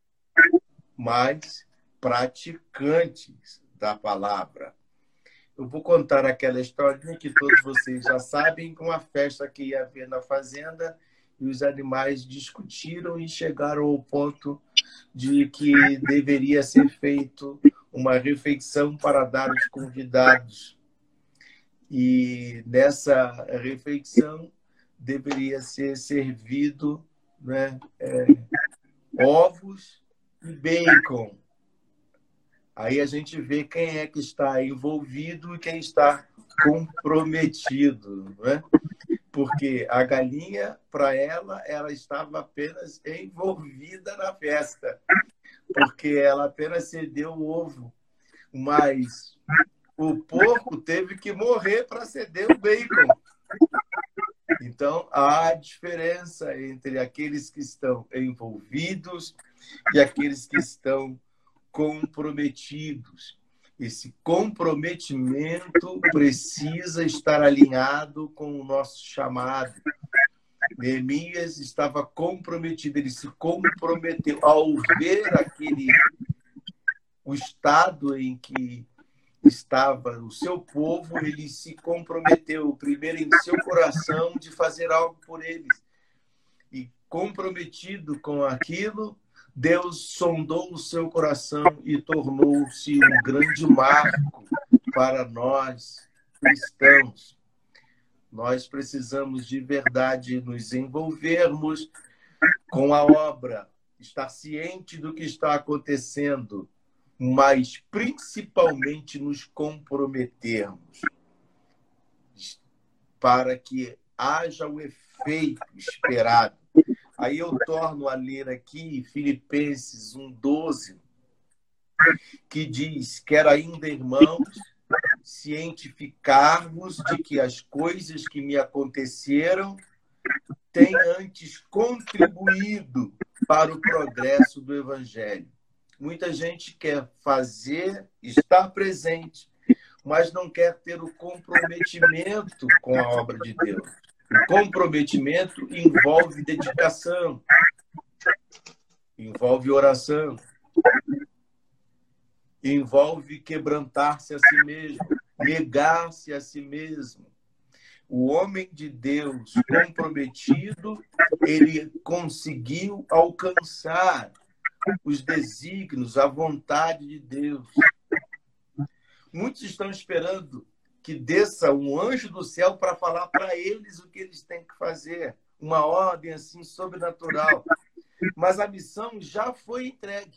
mas praticantes da palavra. Eu vou contar aquela historinha que todos vocês já sabem, com uma festa que ia haver na fazenda, e os animais discutiram e chegaram ao ponto de que deveria ser feito uma refeição para dar aos convidados. E nessa refeição deveria ser servido, né, é, ovos e bacon. Aí a gente vê quem é que está envolvido e quem está comprometido, né? Porque a galinha, para ela, ela estava apenas envolvida na festa, porque ela apenas cedeu o ovo. Mas o porco teve que morrer para ceder o bacon. Então, há diferença entre aqueles que estão envolvidos e aqueles que estão comprometidos. Esse comprometimento precisa estar alinhado com o nosso chamado. Neemias estava comprometido, ele se comprometeu ao ver aquele o estado em que estava o seu povo, ele se comprometeu primeiro em seu coração de fazer algo por eles. E comprometido com aquilo, Deus sondou o seu coração e tornou-se um grande marco para nós cristãos. Nós precisamos de verdade nos envolvermos com a obra, estar ciente do que está acontecendo, mas principalmente nos comprometermos para que haja o efeito esperado. Aí eu torno a ler aqui Filipenses um, doze, que diz: quero ainda, irmãos, cientificar-vos de que as coisas que me aconteceram têm antes contribuído para o progresso do Evangelho. Muita gente quer fazer, estar presente, mas não quer ter o comprometimento com a obra de Deus. O comprometimento envolve dedicação, envolve oração, envolve quebrantar-se a si mesmo, negar-se a si mesmo. O homem de Deus comprometido, ele conseguiu alcançar os desígnios, a vontade de Deus. Muitos estão esperando que desça um anjo do céu para falar para eles o que eles têm que fazer. Uma ordem assim sobrenatural. Mas a missão já foi entregue.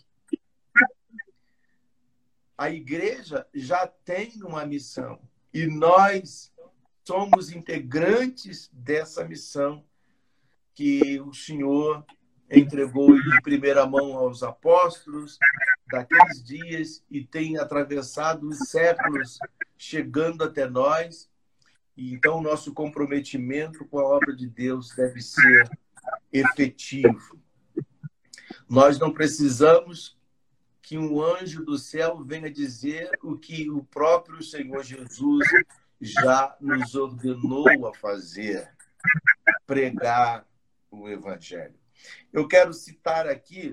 A igreja já tem uma missão. E nós somos integrantes dessa missão que o Senhor entregou de primeira mão aos apóstolos daqueles dias e tem atravessado os séculos chegando até nós. E então, o nosso comprometimento com a obra de Deus deve ser efetivo. Nós não precisamos que um anjo do céu venha dizer o que o próprio Senhor Jesus já nos ordenou a fazer: pregar o Evangelho. Eu quero citar aqui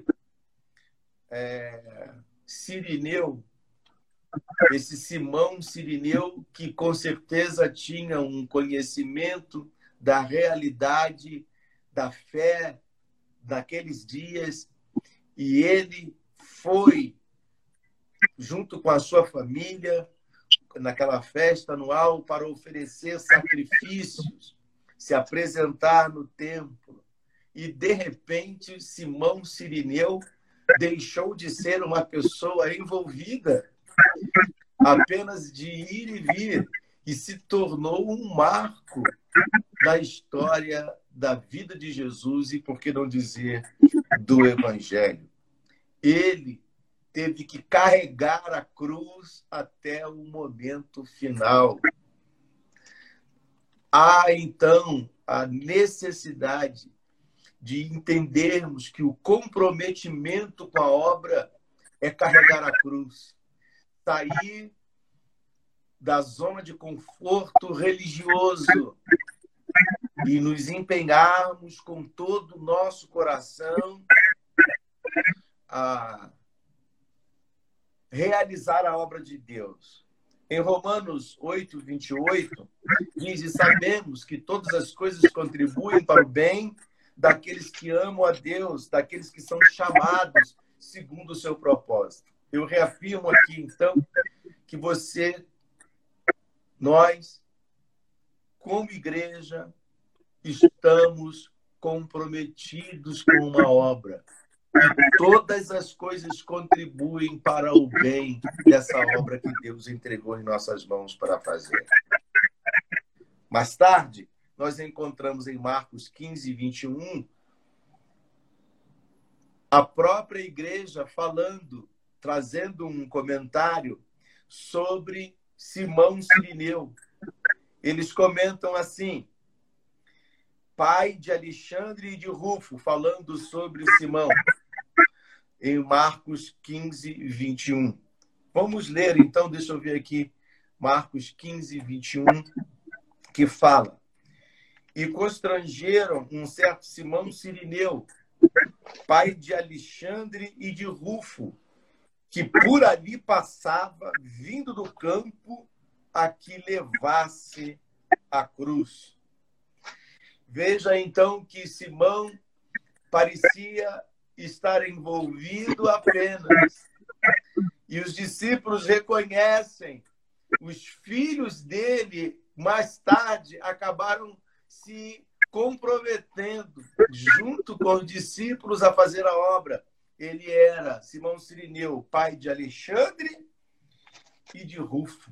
é, Cirineu, esse Simão Cirineu, que com certeza tinha um conhecimento da realidade, da fé daqueles dias, e ele foi, junto com a sua família, naquela festa anual, para oferecer sacrifícios, se apresentar no templo. E, de repente, Simão Cirineu deixou de ser uma pessoa envolvida apenas de ir e vir e se tornou um marco da história da vida de Jesus e, por que não dizer, do Evangelho. Ele teve que carregar a cruz até o momento final. Há, então, a necessidade de entendermos que o comprometimento com a obra é carregar a cruz, sair da zona de conforto religioso e nos empenharmos com todo o nosso coração a realizar a obra de Deus. Em Romanos oito, vinte e oito, diz: e sabemos que todas as coisas contribuem para o bem daqueles que amam a Deus, daqueles que são chamados segundo o seu propósito. Eu reafirmo aqui, então, que você, nós, como igreja, estamos comprometidos com uma obra. E todas as coisas contribuem para o bem dessa obra que Deus entregou em nossas mãos para fazer. Mais tarde, nós encontramos em Marcos quinze, vinte e um, a própria igreja falando, trazendo um comentário sobre Simão Cirineu. Eles comentam assim: pai de Alexandre e de Rufo, falando sobre Simão, em Marcos quinze, vinte e um. Vamos ler, então, deixa eu ver aqui, Marcos quinze, vinte e um, que fala: e constrangeram um certo Simão Cirineu, pai de Alexandre e de Rufo, que por ali passava, vindo do campo, a que levasse a cruz. Veja, então, que Simão parecia estar envolvido apenas. E os discípulos reconhecem. Os filhos dele, mais tarde, acabaram se comprometendo, junto com os discípulos, a fazer a obra. Ele era Simão Cirineu, pai de Alexandre e de Rufo.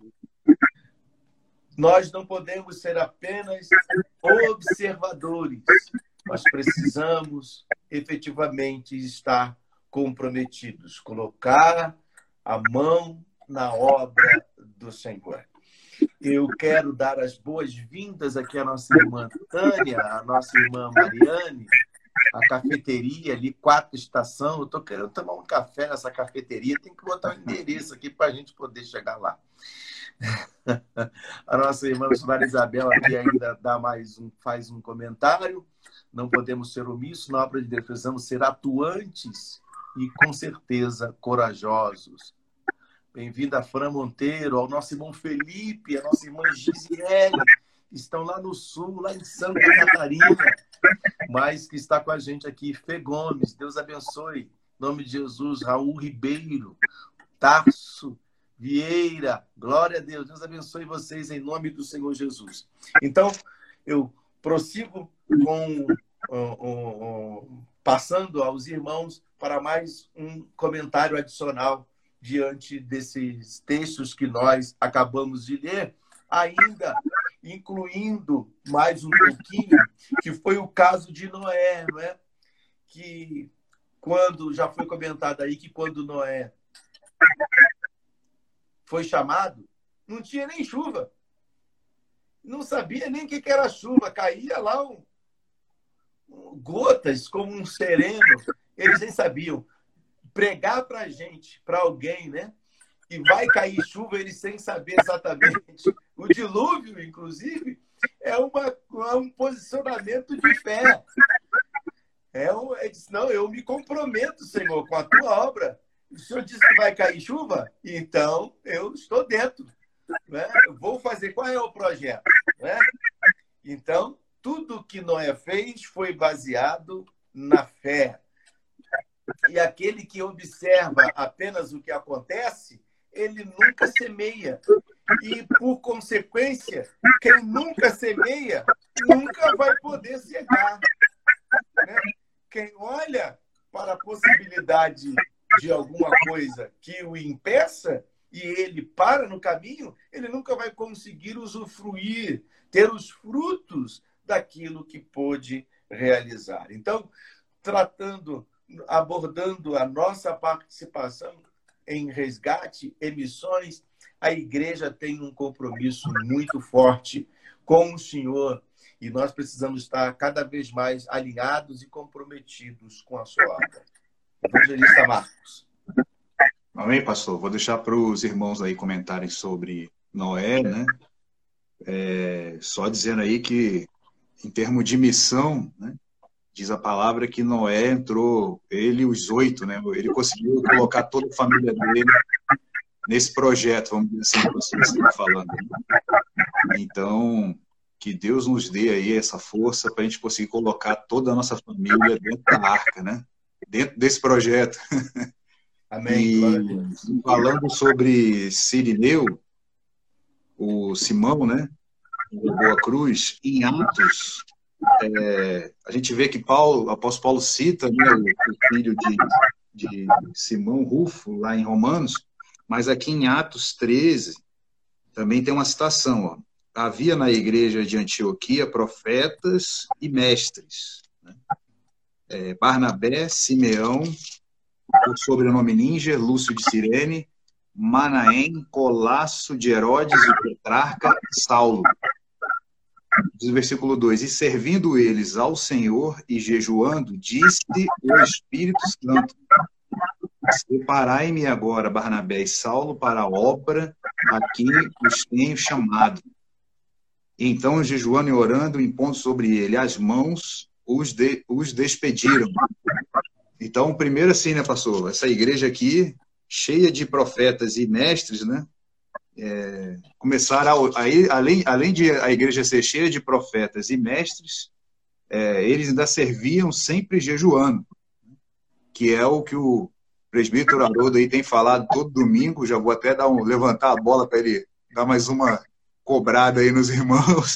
Nós não podemos ser apenas observadores, nós precisamos efetivamente estar comprometidos, colocar a mão na obra do Senhor. Eu quero dar as boas-vindas aqui à nossa irmã Tânia, à nossa irmã Mariane, a cafeteria ali, Quatro Estação. Eu estou querendo tomar um café nessa cafeteria, tem que botar o um endereço aqui para a gente poder chegar lá. A nossa irmã Maria Isabel aqui ainda dá mais um, faz um comentário. Não podemos ser omissos na obra de Deus, precisamos ser atuantes e, com certeza, corajosos. Bem-vinda a Fran Monteiro, ao nosso irmão Felipe, a nossa irmã Gisiele, que estão lá no sul, lá em Santa Catarina, mas que está com a gente aqui. Fê Gomes, Deus abençoe. Em nome de Jesus. Raul Ribeiro, Tarso Vieira, glória a Deus. Deus abençoe vocês em nome do Senhor Jesus. Então, eu prossigo com um, um, um, passando aos irmãos para mais um comentário adicional diante desses textos que nós acabamos de ler, ainda incluindo mais um pouquinho, que foi o caso de Noé, não é? Que quando já foi comentado aí que quando Noé foi chamado, não tinha nem chuva. Não sabia nem o que era chuva. Caía lá um, um, gotas como um sereno. Eles nem sabiam. Pregar para a gente, para alguém, né? E vai cair chuva, eles sem saber exatamente. O dilúvio, inclusive, é, uma, é um posicionamento de fé. É um, é, não, eu me comprometo, Senhor, com a tua obra. O Senhor disse que vai cair chuva? Então, eu estou dentro. Né? Eu vou fazer. Qual é o projeto? Né? Então, tudo que Noé fez foi baseado na fé. E aquele que observa apenas o que acontece, ele nunca semeia. E, por consequência, quem nunca semeia, nunca vai poder cegar. Né? Quem olha para a possibilidade de alguma coisa que o impeça e ele para no caminho, ele nunca vai conseguir usufruir, ter os frutos daquilo que pôde realizar. Então, tratando... abordando a nossa participação em resgate e missões, a igreja tem um compromisso muito forte com o Senhor e nós precisamos estar cada vez mais alinhados e comprometidos com a sua obra. Evangelista Marcos. Amém, pastor? Vou deixar para os irmãos aí comentarem sobre Noé, né? É, só dizendo aí que, em termos de missão, né, diz a palavra que Noé entrou, ele e os oito, né? Ele conseguiu colocar toda a família dele nesse projeto, vamos dizer assim, que você está falando. Né? Então, que Deus nos dê aí essa força para a gente conseguir colocar toda a nossa família dentro da arca, né? Dentro desse projeto. Amém. E falando sobre Cirineu, o Simão, né? O Boa Cruz, em Atos, é, a gente vê que Paulo, o apóstolo Paulo cita, né, o, o filho de, de Simão Rufo, lá em Romanos, mas aqui em Atos treze também tem uma citação. Ó. Havia na igreja de Antioquia profetas e mestres. Né? É, Barnabé, Simeão, por sobrenome Níger, Lúcio de Cirene, Manaém, Colasso de Herodes, o Petrarca e Saulo. Diz o versículo dois, e servindo eles ao Senhor e jejuando, disse o Espírito Santo, separai-me agora, Barnabé e Saulo, para a obra a que os tenho chamado. Então, jejuando e orando, impondo sobre ele as mãos, os, de, os despediram. Então, primeiro assim, né, pastor? Essa igreja aqui, cheia de profetas e mestres, né? É, começaram a, a, além, além de a igreja ser cheia de profetas e mestres, é, eles ainda serviam sempre jejuando, que é o que o presbítero Haroldo aí tem falado todo domingo. Já vou até dar um, levantar a bola para ele dar mais uma cobrada aí nos irmãos.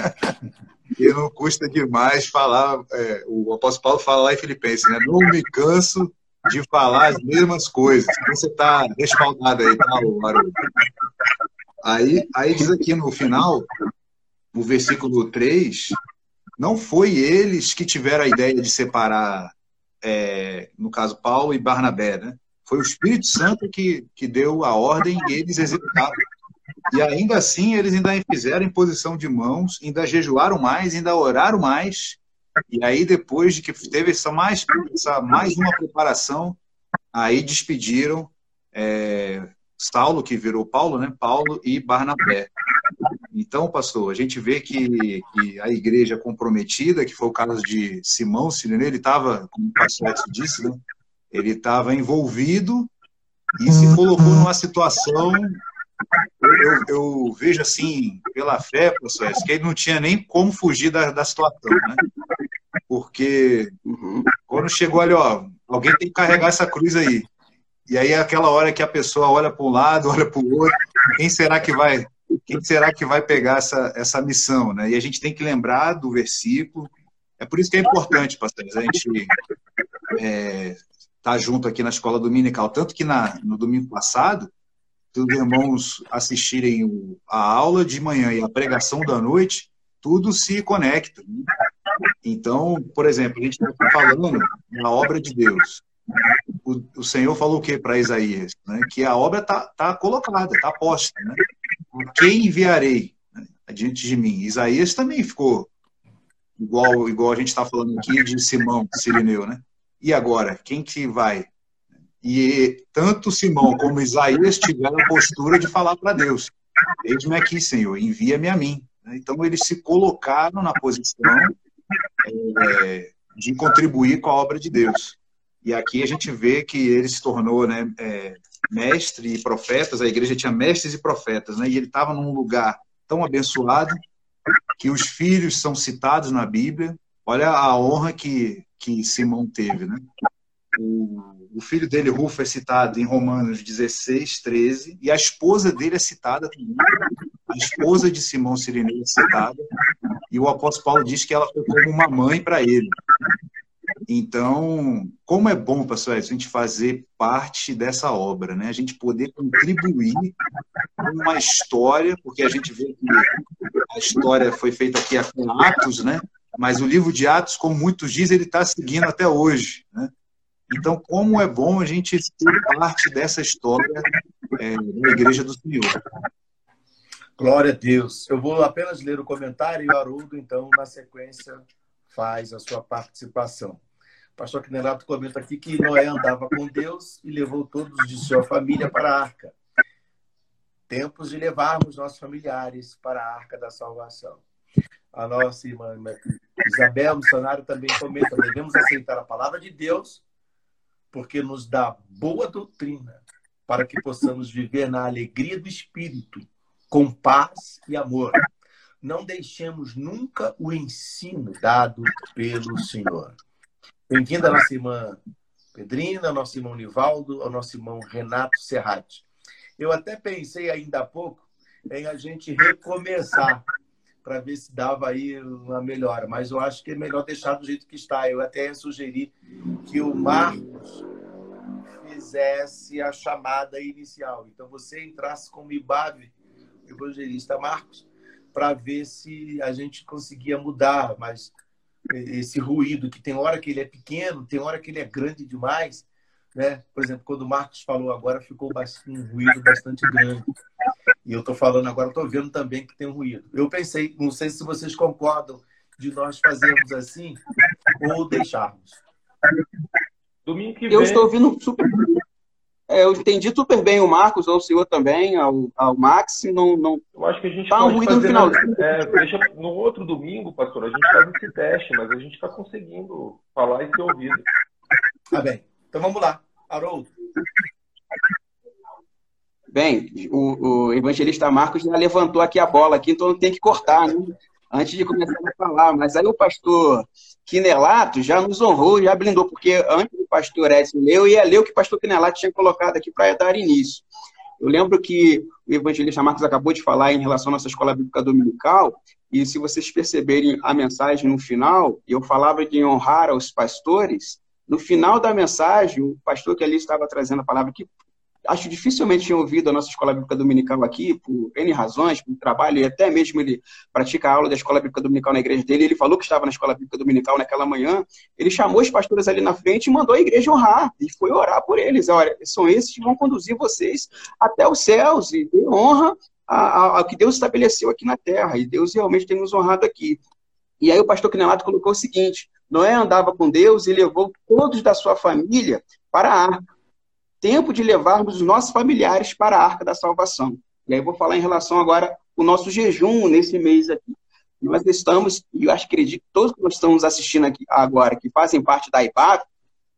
E não custa demais falar, é, o apóstolo Paulo fala lá em Filipenses, né? Não me canso de falar as mesmas coisas. Você está respaldado aí, tá, Haroldo? Aí, aí diz aqui no final, no versículo três, não foi eles que tiveram a ideia de separar, é, no caso, Paulo e Barnabé, né? Foi o Espírito Santo que, que deu a ordem e eles executaram. E ainda assim, eles ainda fizeram imposição de mãos, ainda jejuaram mais, ainda oraram mais. E aí, depois de que teve essa mais, essa mais uma preparação, aí despediram é, Saulo, que virou Paulo, né? Paulo e Barnabé. Então, pastor, a gente vê que, que a igreja comprometida, que foi o caso de Simão Cirineu, ele estava, como o pastor Edson disse, né? Ele estava envolvido e se colocou numa situação... Eu, eu, eu vejo assim, pela fé, professor, que ele não tinha nem como fugir da, da situação, né? Porque quando chegou ali, ó, alguém tem que carregar essa cruz aí. E aí é aquela hora que a pessoa olha para um lado, olha para o outro, quem será que vai, quem será que vai pegar essa, essa missão, né? E a gente tem que lembrar do versículo. É por isso que é importante, pastores, a gente é, tá junto aqui na escola dominical, tanto que na, no domingo passado, se os irmãos assistirem a aula de manhã e a pregação da noite, tudo se conecta. Né? Então, por exemplo, a gente está falando da obra de Deus. O, o Senhor falou o que para Isaías? Né? Que a obra está tá colocada, está posta. Né? Quem enviarei, né, adiante de mim? Isaías também ficou igual, igual a gente está falando aqui de Simão, Cirineu. Né? E agora, quem que vai? E tanto Simão como Isaías tiveram a postura de falar para Deus, eis-me aqui, Senhor, envia-me a mim. Então eles se colocaram na posição é, de contribuir com a obra de Deus. E aqui a gente vê que ele se tornou, né, é, mestre e profetas, a igreja tinha mestres e profetas, né, e ele estava num lugar tão abençoado que os filhos são citados na Bíblia. Olha a honra que, que Simão teve, né? O, o filho dele, Rufo, é citado em Romanos dezesseis, treze, e a esposa dele é citada também. A esposa de Simão Cirineu é citada, e o apóstolo Paulo diz que ela foi como uma mãe para ele. Então, como é bom, pastor Edson, a gente fazer parte dessa obra, né? A gente poder contribuir com uma história, porque a gente vê que a história foi feita aqui com Atos, né? Mas o livro de Atos, como muitos dizem, ele está seguindo até hoje, né? Então, como é bom a gente ser parte dessa história é, da Igreja do Senhor. Glória a Deus. Eu vou apenas ler o comentário e o Haroldo, então, na sequência, faz a sua participação. O pastor Quinelato comenta aqui que Noé andava com Deus e levou todos de sua família para a arca. Tempos de levarmos nossos familiares para a arca da salvação. A nossa irmã Isabel, missionária, também comenta: devemos aceitar a palavra de Deus porque nos dá boa doutrina para que possamos viver na alegria do Espírito, com paz e amor. Não deixemos nunca o ensino dado pelo Senhor. Bem-vinda a nossa irmã Pedrina, ao nosso irmão Nivaldo, ao nosso irmão Renato Serrati. Eu até pensei ainda há pouco em a gente recomeçar para ver se dava aí uma melhora, mas eu acho que é melhor deixar do jeito que está. Eu até sugeri que o Marcos fizesse a chamada inicial. Então, você entrasse como Ibabe, evangelista Marcos, para ver se a gente conseguia mudar, mas esse ruído, que tem hora que ele é pequeno, tem hora que ele é grande demais, né? Por exemplo, quando o Marcos falou agora, ficou um ruído bastante grande. E eu estou falando agora, estou vendo também que tem um ruído. Eu pensei, não sei se vocês concordam de nós fazermos assim ou deixarmos. Domingo que Eu vem. estou ouvindo super bem. É, eu entendi super bem o Marcos, ou o senhor também, ao, ao Max. Não, não... Eu acho que a gente Tá um pode ruído no fazer... final. Na, é, deixa, no outro domingo, pastor, a gente faz esse teste, mas a gente está conseguindo falar e ser ouvido. Tá bem. Então vamos lá. Haroldo. Bem, o, o evangelista Marcos já levantou aqui a bola, aqui, então não tem que cortar, né? Antes de começar a falar. Mas aí o pastor Quinelato já nos honrou, já blindou, porque antes do pastor Edson ler, eu ia ler o que o pastor Quinelato tinha colocado aqui para dar início. Eu lembro que o evangelista Marcos acabou de falar em relação à nossa escola bíblica dominical, e se vocês perceberem a mensagem no final, eu falava de honrar aos pastores. No final da mensagem, o pastor que ali estava trazendo a palavra aqui, acho dificilmente tinha ouvido a nossa escola bíblica dominical aqui, por N razões, por trabalho, e até mesmo ele pratica a aula da escola bíblica dominical na igreja dele. Ele falou que estava na escola bíblica dominical naquela manhã. Ele chamou os pastores ali na frente e mandou a igreja honrar, e foi orar por eles. Olha, são esses que vão conduzir vocês até os céus, e dê honra ao que Deus estabeleceu aqui na terra, e Deus realmente tem nos honrado aqui. E aí o pastor Quinelato colocou o seguinte: Noé andava com Deus e levou todos da sua família para a arca. Tempo de levarmos os nossos familiares para a arca da salvação. E aí eu vou falar em relação agora ao nosso jejum nesse mês aqui. Nós estamos, e eu acho, acredito que todos que nós estamos assistindo aqui agora, que fazem parte da I B A B,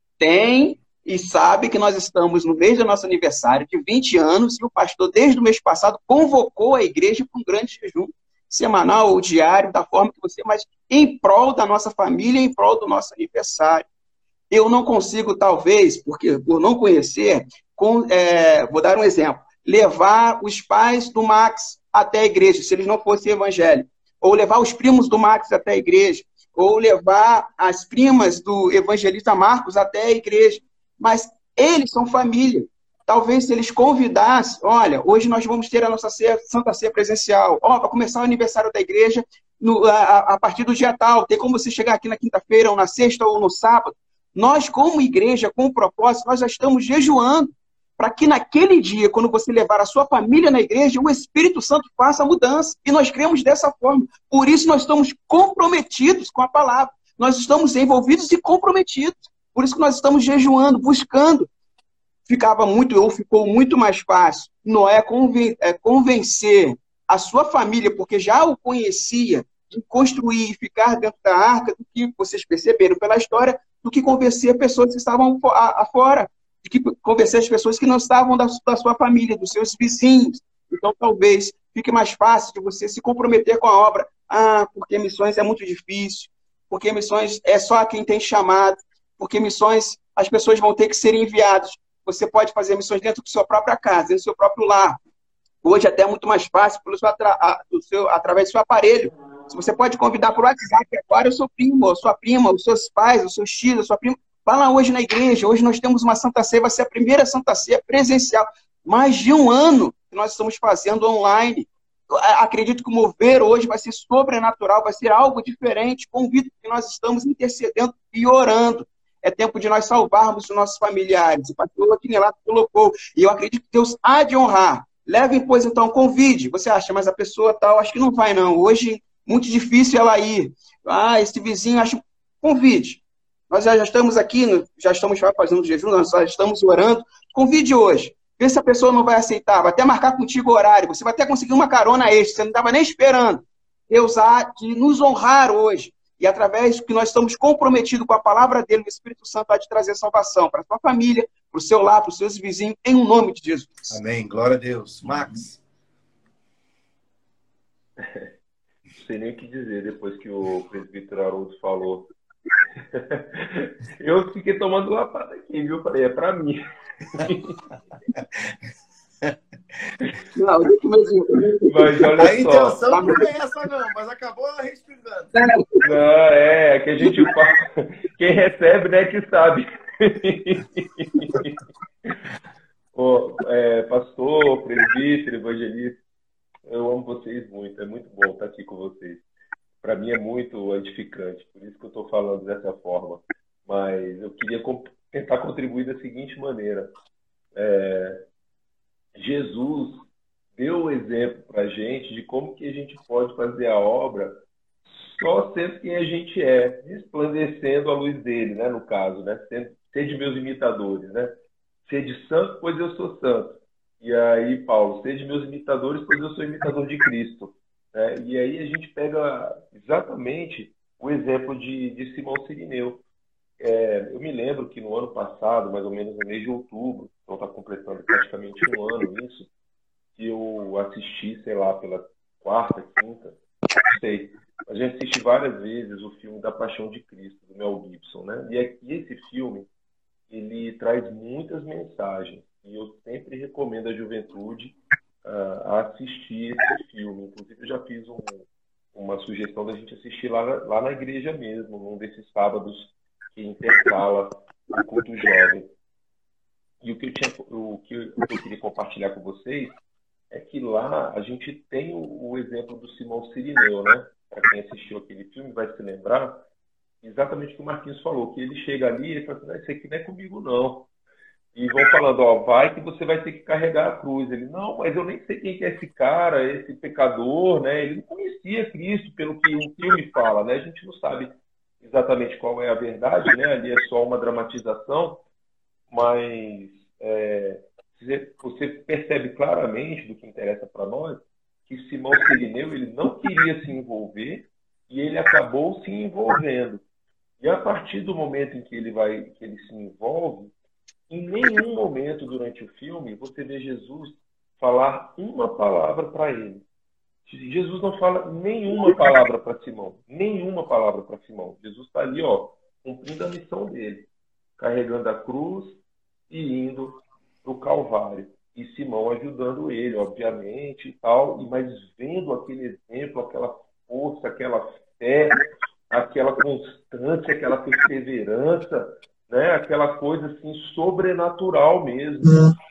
têm e sabem que nós estamos no mês do nosso aniversário de vinte anos, e o pastor, desde o mês passado, convocou a igreja para um grande jejum, semanal ou diário, da forma que você, mas em prol da nossa família, em prol do nosso aniversário. Eu não consigo, talvez, porque por não conhecer, com, é, vou dar um exemplo, levar os pais do Max até a igreja, se eles não fossem evangélicos, ou levar os primos do Max até a igreja, ou levar as primas do evangelista Marcos até a igreja, mas eles são família. Talvez se eles convidassem, olha, hoje nós vamos ter a nossa ceia, Santa Ceia presencial, ó, para começar o aniversário da igreja no, a, a partir do dia tal, tem como você chegar aqui na quinta-feira, ou na sexta, ou no sábado. Nós, como igreja, com o propósito, nós já estamos jejuando para que naquele dia, quando você levar a sua família na igreja, o Espírito Santo faça a mudança. E nós cremos dessa forma. Por isso nós estamos comprometidos com a palavra. Nós estamos envolvidos e comprometidos. Por isso que nós estamos jejuando, buscando. Ficava muito, ou ficou muito mais fácil Noé conven- é, convencer a sua família, porque já o conhecia, de construir e ficar dentro da arca, do que vocês perceberam pela história, do que convencer pessoas que estavam fora, de que convencer as pessoas que não estavam da, da sua família, dos seus vizinhos. Então, talvez fique mais fácil de você se comprometer com a obra. Ah, porque missões é muito difícil, porque missões é só quem tem chamado, porque missões as pessoas vão ter que ser enviadas. Você pode fazer missões dentro da sua própria casa, dentro do seu próprio lar. Hoje até é muito mais fácil pelo seu, atra, do seu, através do seu aparelho. Se você pode convidar por WhatsApp agora o seu primo, a sua prima, os seus pais, os seus tios, a sua prima. Vá lá hoje na igreja. Hoje nós temos uma Santa Ceia, vai ser a primeira Santa Ceia presencial. Mais de um ano que nós estamos fazendo online. Eu acredito que o mover hoje vai ser sobrenatural, vai ser algo diferente. Convido que nós estamos intercedendo e orando. É tempo de nós salvarmos os nossos familiares. O pastor Quinelato colocou. E eu acredito que Deus há de honrar. Levem, pois, então, convide. Você acha, mas a pessoa tal, acho que não vai, não. Hoje, muito difícil ela ir. Ah, esse vizinho, acho... Convide. Nós já, já estamos aqui, já estamos fazendo jejum, nós já estamos orando. Convide hoje. Vê se a pessoa não vai aceitar. Vai até marcar contigo o horário. Você vai até conseguir uma carona extra. Você não estava nem esperando. Deus há de nos honrar hoje. E através que nós estamos comprometidos com a palavra dele, o Espírito Santo há de trazer salvação para a sua família, para o seu lar, para os seus vizinhos, em um nome de Jesus. Amém. Glória a Deus. Max. Não sei nem o que dizer depois que o presbítero Haroldo falou. Eu fiquei tomando lapada aqui, viu? Falei, é para mim. Não, deixa eu mesmo. Mas olha A só. intenção não é essa, não, mas acabou respingando. Não, é, é que a gente fala. Quem recebe, né, que sabe. Ô, é, pastor, presbítero, evangelista, eu amo vocês muito. É muito bom estar aqui com vocês. Para mim é muito edificante, por isso que eu estou falando dessa forma. Mas eu queria comp tentar contribuir da seguinte maneira. É, Jesus deu o exemplo para a gente de como que a gente pode fazer a obra só sendo quem a gente é, resplandecendo a luz dele, né, no caso, né, sendo, sede meus imitadores, né, sede santo, pois eu sou santo. E aí, Paulo, sede meus imitadores, pois eu sou imitador de Cristo. Né? E aí a gente pega exatamente o exemplo de, de Simão Sirineu. É, eu me lembro que no ano passado, mais ou menos no mês de outubro, então está completando praticamente um ano isso, que eu assisti, sei lá, pela quarta, quinta, não sei. A gente assiste várias vezes o filme da Paixão de Cristo, do Mel Gibson, né? E, é, e esse filme, ele traz muitas mensagens. E eu sempre recomendo à juventude uh, a assistir esse filme. Inclusive, eu já fiz um, uma sugestão da gente assistir lá, lá na igreja mesmo, num desses sábados que intercala o culto jovem. E o que eu, tinha, o que eu, o que eu queria compartilhar com vocês é que lá a gente tem o, o exemplo do Simão Sirineu, né? Para quem assistiu aquele filme vai se lembrar exatamente o que o Marquinhos falou, que ele chega ali e fala assim, não, isso aqui não é comigo não. E vão falando, ó, vai que você vai ter que carregar a cruz. Ele, não, mas eu nem sei quem que é esse cara, esse pecador, né? Ele não conhecia Cristo, pelo que o filme fala, né? A gente não sabe exatamente qual é a verdade, né? Ali é só uma dramatização, mas é, você percebe claramente do que interessa para nós que Simão Sirineu, ele não queria se envolver e ele acabou se envolvendo. E a partir do momento em que ele vai, que ele se envolve, em nenhum momento durante o filme você vê Jesus falar uma palavra para ele. Jesus não fala nenhuma palavra para Simão. Nenhuma palavra para Simão. Jesus está ali, ó, cumprindo a missão dele. Carregando a cruz e indo para o Calvário. E Simão ajudando ele, obviamente, e tal. Mas vendo aquele exemplo, aquela força, aquela fé, aquela constância, aquela perseverança, né? Aquela coisa assim sobrenatural mesmo.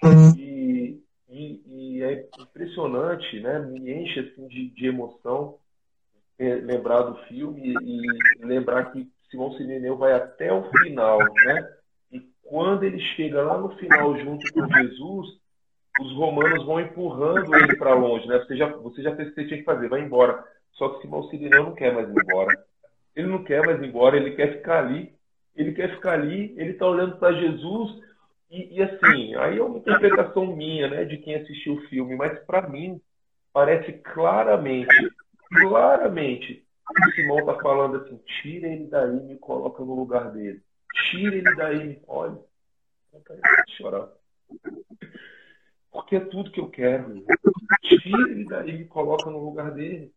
E, e, e é impressionante, né? Me enche assim, de, de emoção é, lembrar do filme e, e lembrar que Simão Sirineu vai até o final, né? E quando ele chega lá no final junto com Jesus, os romanos vão empurrando ele para longe, né? Você já, você já fez o que você tinha que fazer, vai embora. Só que Simão Sirineu não quer mais ir embora. Ele não quer mais ir embora, ele quer ficar ali. Ele quer ficar ali, ele está olhando para Jesus e, e assim, aí é uma interpretação minha, né, de quem assistiu o filme, mas para mim parece claramente, claramente, que Simão está falando assim, tira ele daí e me coloca no lugar dele. Tira ele daí, olha, não quero chorar. Porque é tudo que eu quero. Tira ele daí e me coloca no lugar dele.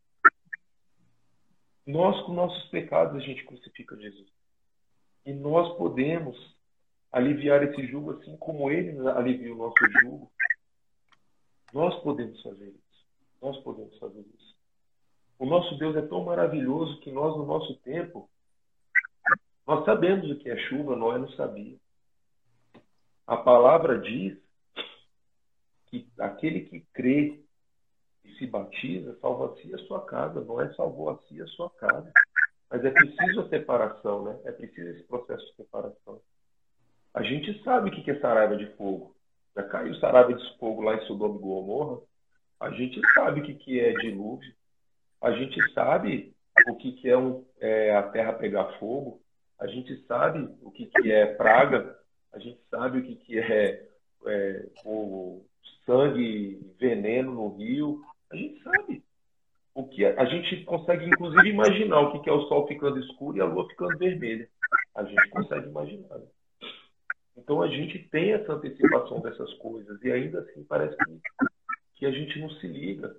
Nós, com nossos pecados, a gente crucifica Jesus. E nós podemos aliviar esse jugo assim como ele alivia o nosso jugo. Nós podemos fazer isso. Nós podemos fazer isso. O nosso Deus é tão maravilhoso que nós, no nosso tempo, nós sabemos o que é chuva, Noé não sabia. A palavra diz que aquele que crê e se batiza, salva-se a sua casa. Noé salvou a si a sua casa. Mas é preciso a separação, né? É preciso esse processo de separação. A gente sabe o que é saraiva de fogo. Já caiu saraiva de fogo lá em Sodoma e Gomorra. A gente sabe o que, que é dilúvio, a gente sabe o que, que é, um, é a terra pegar fogo, a gente sabe o que, que é praga, a gente sabe o que, que é, é o sangue, veneno no rio, a gente sabe. O que é, a gente consegue, inclusive, imaginar o que, que é o sol ficando escuro e a lua ficando vermelha. A gente consegue imaginar. Né? Então, a gente tem essa antecipação dessas coisas e ainda assim parece que, que a gente não se liga.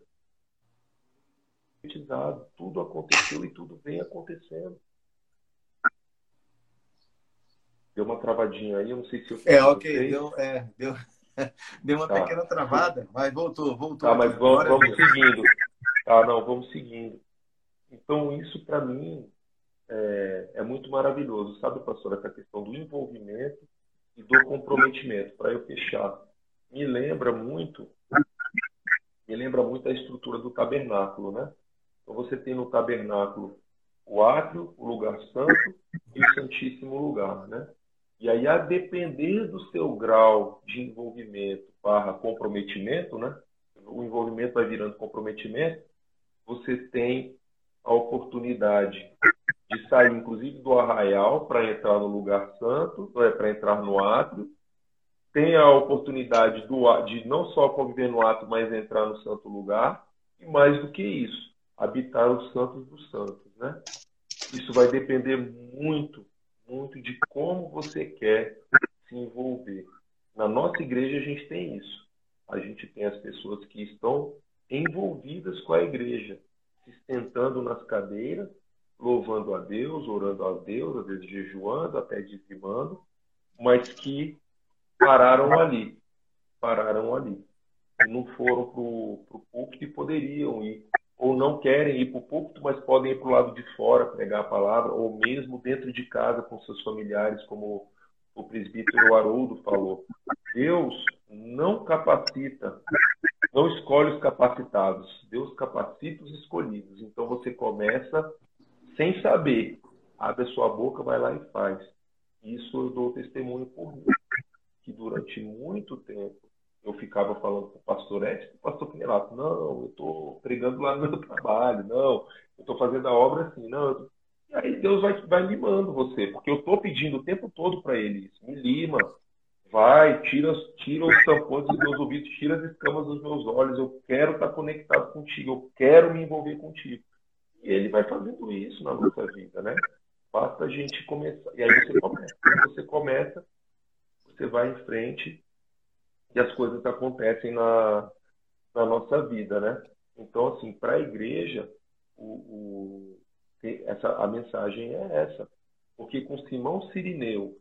Tudo aconteceu e tudo vem acontecendo. Deu uma travadinha aí, eu não sei se eu... É, ok, deu, é, deu, deu uma tá. pequena travada, mas voltou, voltou. Tá, mas vamos, vamos seguindo. Tá, não, vamos seguindo. Então, isso para mim é, é muito maravilhoso, sabe, pastor? Essa questão do envolvimento e do comprometimento, para eu fechar. Me lembra muito, me lembra muito a estrutura do tabernáculo, né? Então, você tem no tabernáculo o átrio, o lugar santo e o santíssimo lugar, né? E aí, a depender do seu grau de envolvimento barra comprometimento, né? O envolvimento vai virando comprometimento, você tem a oportunidade de sair, inclusive, do arraial para entrar no lugar santo, para entrar no átrio. Tem a oportunidade do, de não só conviver no átrio, mas entrar no santo lugar. E mais do que isso, habitar os santos dos santos, né? Isso vai depender muito, muito de como você quer se envolver. Na nossa igreja, a gente tem isso. A gente tem as pessoas que estão envolvidas com a igreja, se sentando nas cadeiras, louvando a Deus, orando a Deus, às vezes jejuando, até dizimando, mas que pararam ali, pararam ali. Não foram para o púlpito e poderiam ir, ou não querem ir para o púlpito, mas podem ir para o lado de fora pregar a palavra, ou mesmo dentro de casa com seus familiares, como o presbítero Haroldo falou. Deus não capacita, não escolhe os capacitados, Deus capacita os escolhidos. Então você começa sem saber, abre a sua boca, vai lá e faz. Isso eu dou testemunho por mim, que durante muito tempo eu ficava falando com o pastor Edson, o pastor Quinelato, não, eu estou pregando lá no meu trabalho, não, eu estou fazendo a obra assim, não. Tô... E aí Deus vai, vai limando você, porque eu estou pedindo o tempo todo para ele isso, me lima, vai, tira, tira os tampões dos meus ouvidos, tira as escamas dos meus olhos, eu quero estar conectado contigo, eu quero me envolver contigo. E ele vai fazendo isso na nossa vida, né? Basta a gente começar. E aí você começa. Quando você começa, você vai em frente e as coisas acontecem na, na nossa vida, né? Então, assim, para a igreja, o, o, essa, a mensagem é essa. Porque com Simão Cirineu,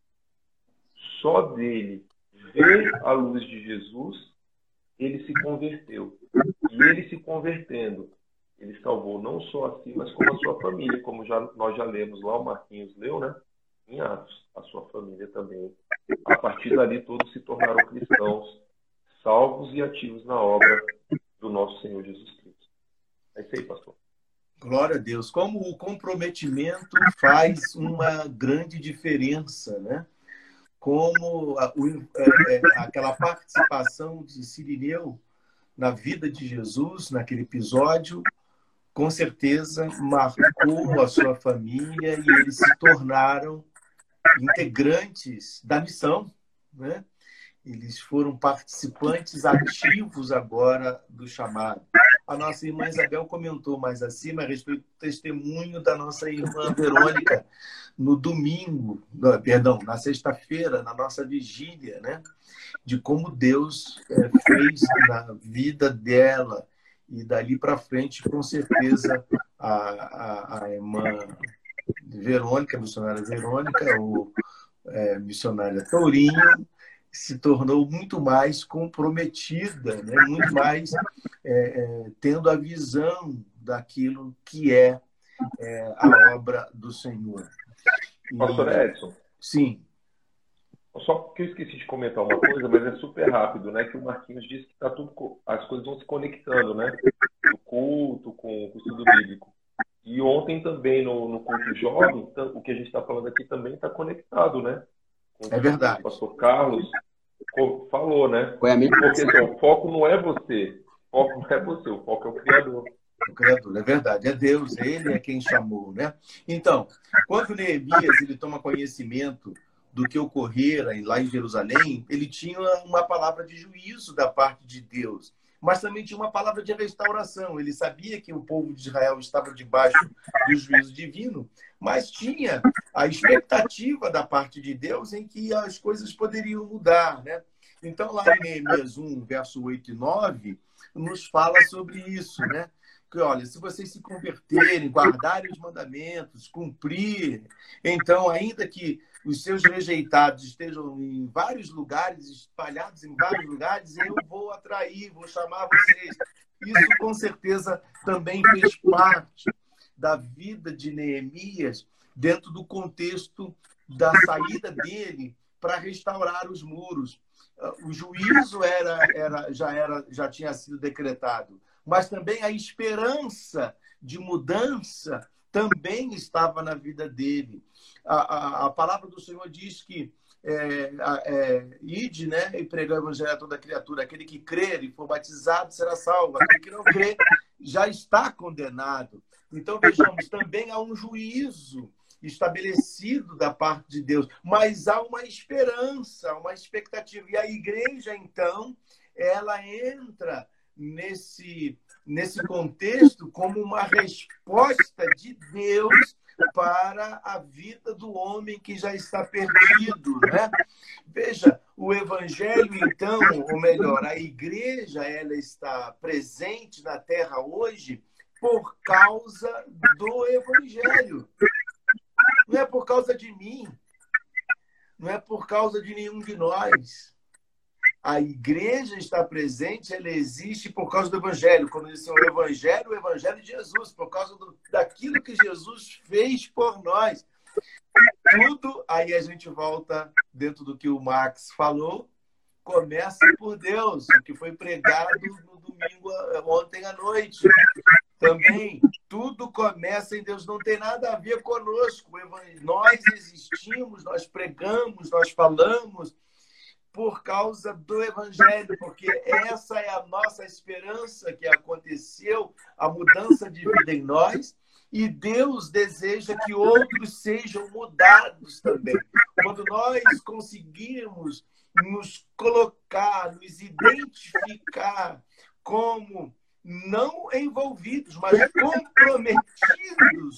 só dele ver a luz de Jesus, ele se converteu. E ele se convertendo, ele salvou não só a si, mas como a sua família, como já, nós já lemos lá, o Marquinhos leu, né? Em Atos, a sua família também. A partir dali, todos se tornaram cristãos, salvos e ativos na obra do nosso Senhor Jesus Cristo. É isso aí, pastor. Glória a Deus. Como o comprometimento faz uma grande diferença, né? Como a, o, é, é, aquela participação de Cirineu na vida de Jesus, naquele episódio, com certeza marcou a sua família e eles se tornaram integrantes da missão, né? Eles foram participantes ativos agora do chamado. A nossa irmã Isabel comentou mais acima a respeito do testemunho da nossa irmã Verônica no domingo, perdão, na sexta-feira, na nossa vigília, né? De como Deus é, fez na vida dela. E dali para frente, com certeza, a, a, a irmã Verônica, a missionária Verônica, ou é, missionária Tourinho, se tornou muito mais comprometida, né? Muito mais é, é, tendo a visão daquilo que é, é a obra do Senhor. E... Pastor Edson? Sim. Só porque eu esqueci de comentar uma coisa, mas é super rápido, né? Que o Marquinhos disse que tá tudo, as coisas vão se conectando, né? O culto com, com o estudo bíblico. E ontem também, no, no culto jovem, o que a gente está falando aqui também está conectado, né? É verdade. O pastor Carlos falou, né? Foi a minha Porque assim, o foco não é você. foco não é você, o foco é o Criador. O Criador, é verdade, é Deus, ele é quem chamou, né? Então, quando Neemias ele toma conhecimento do que ocorrera lá em Jerusalém, ele tinha uma palavra de juízo da parte de Deus, mas também tinha uma palavra de restauração. Ele sabia que o povo de Israel estava debaixo do juízo divino, mas tinha a expectativa da parte de Deus em que as coisas poderiam mudar, né? Então, lá em Neemias um, verso oito e nove, nos fala sobre isso, né? Que, olha, se vocês se converterem, guardarem os mandamentos, cumprir, então, ainda que os seus rejeitados estejam em vários lugares, espalhados em vários lugares, eu vou atrair, vou chamar vocês. Isso, com certeza, também fez parte da vida de Neemias dentro do contexto da saída dele para restaurar os muros. O juízo era, era, já, era, já tinha sido decretado, mas também a esperança de mudança também estava na vida dele. A, a, a palavra do Senhor diz que é, é, ide, né, e pregar o evangelho a toda criatura. Aquele que crer e for batizado será salvo. Aquele que não crer já está condenado. Então, vejamos, também há um juízo estabelecido da parte de Deus, mas há uma esperança, uma expectativa. E a igreja, então, ela entra nesse, nesse contexto como uma resposta de Deus para a vida do homem que já está perdido, né? Veja, o evangelho, então, ou melhor, a igreja, ela está presente na terra hoje por causa do evangelho. Não é por causa de mim, não é por causa de nenhum de nós. A igreja está presente, ela existe por causa do evangelho. Quando diz o evangelho, o evangelho de Jesus, por causa do, daquilo que Jesus fez por nós. Tudo, aí a gente volta dentro do que o Max falou, começa por Deus, o que foi pregado no domingo, ontem à noite. Também, tudo começa em Deus, não tem nada a ver conosco. Nós existimos, nós pregamos, nós falamos por causa do evangelho, porque essa é a nossa esperança que aconteceu, a mudança de vida em nós, e Deus deseja que outros sejam mudados também. Quando nós conseguirmos nos colocar, nos identificar como não envolvidos, mas comprometidos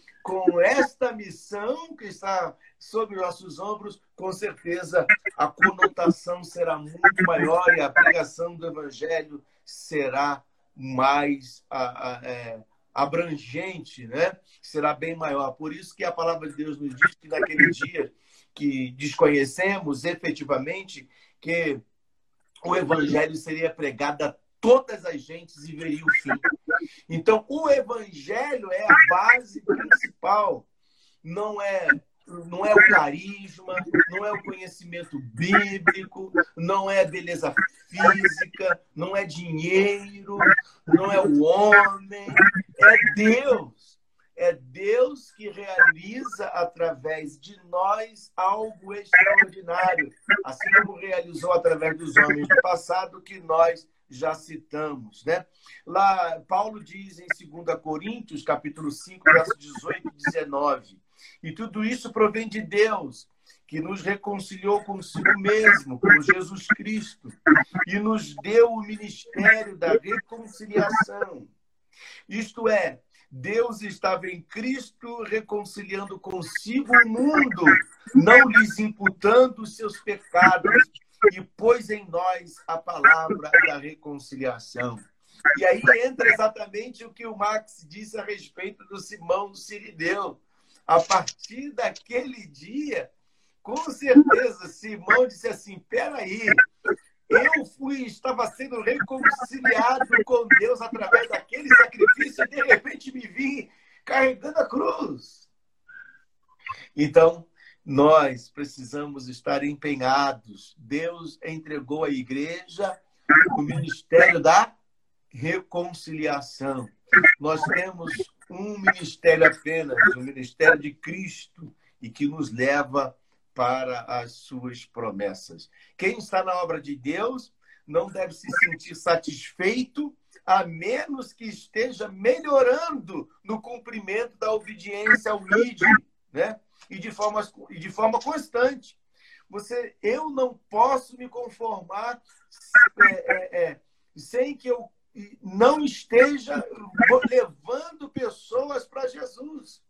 com esta missão que está sobre nossos ombros, com certeza a conotação será muito maior e a pregação do evangelho será mais a, a, é, abrangente, né? Será bem maior. Por isso que a palavra de Deus nos diz que naquele dia que desconhecemos efetivamente que o evangelho seria pregado a todas as gentes e veria o fim. Então, o evangelho é a base principal. Não é, não é o carisma, não é o conhecimento bíblico, não é a beleza física, não é dinheiro, não é o homem, é Deus. É Deus que realiza através de nós algo extraordinário, assim como realizou através dos homens do passado que nós já citamos, né? Lá, Paulo diz em dois Coríntios, capítulo cinco, versos dezoito e dezenove, e tudo isso provém de Deus, que nos reconciliou consigo mesmo, por Jesus Cristo, e nos deu o ministério da reconciliação. Isto é, Deus estava em Cristo reconciliando consigo o mundo, não lhes imputando os seus pecados, e pôs em nós a palavra da reconciliação. E aí entra exatamente o que o Max disse a respeito do Simão do Cirineu. A partir daquele dia, com certeza, Simão disse assim, peraí, eu fui, estava sendo reconciliado com Deus através daquele sacrifício e de repente me vi carregando a cruz. Então, nós precisamos estar empenhados. Deus entregou à igreja o ministério da reconciliação. Nós temos um ministério apenas, o ministério de Cristo, e que nos leva para as suas promessas. Quem está na obra de Deus não deve se sentir satisfeito a menos que esteja melhorando no cumprimento da obediência ao I D, né? E de forma, e de forma constante. Você, eu não posso me conformar é, é, é, sem que eu não esteja levando pessoas para Jesus.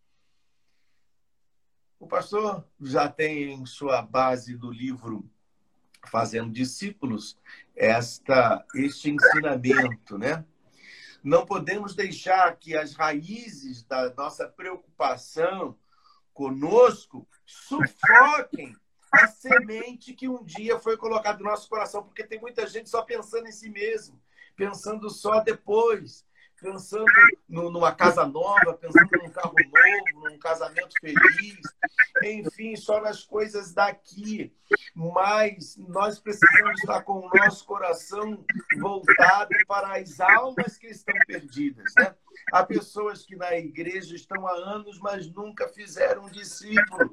O pastor já tem em sua base do livro Fazendo Discípulos esta, este ensinamento, né? Não podemos deixar que as raízes da nossa preocupação conosco sufoquem a semente que um dia foi colocada no nosso coração, porque tem muita gente só pensando em si mesmo, pensando só depois, pensando no, numa casa nova, pensando num carro novo, num casamento feliz, enfim, só nas coisas daqui. Mas nós precisamos estar com o nosso coração voltado para as almas que estão perdidas, né? Há pessoas que na igreja estão há anos, mas nunca fizeram um discípulo.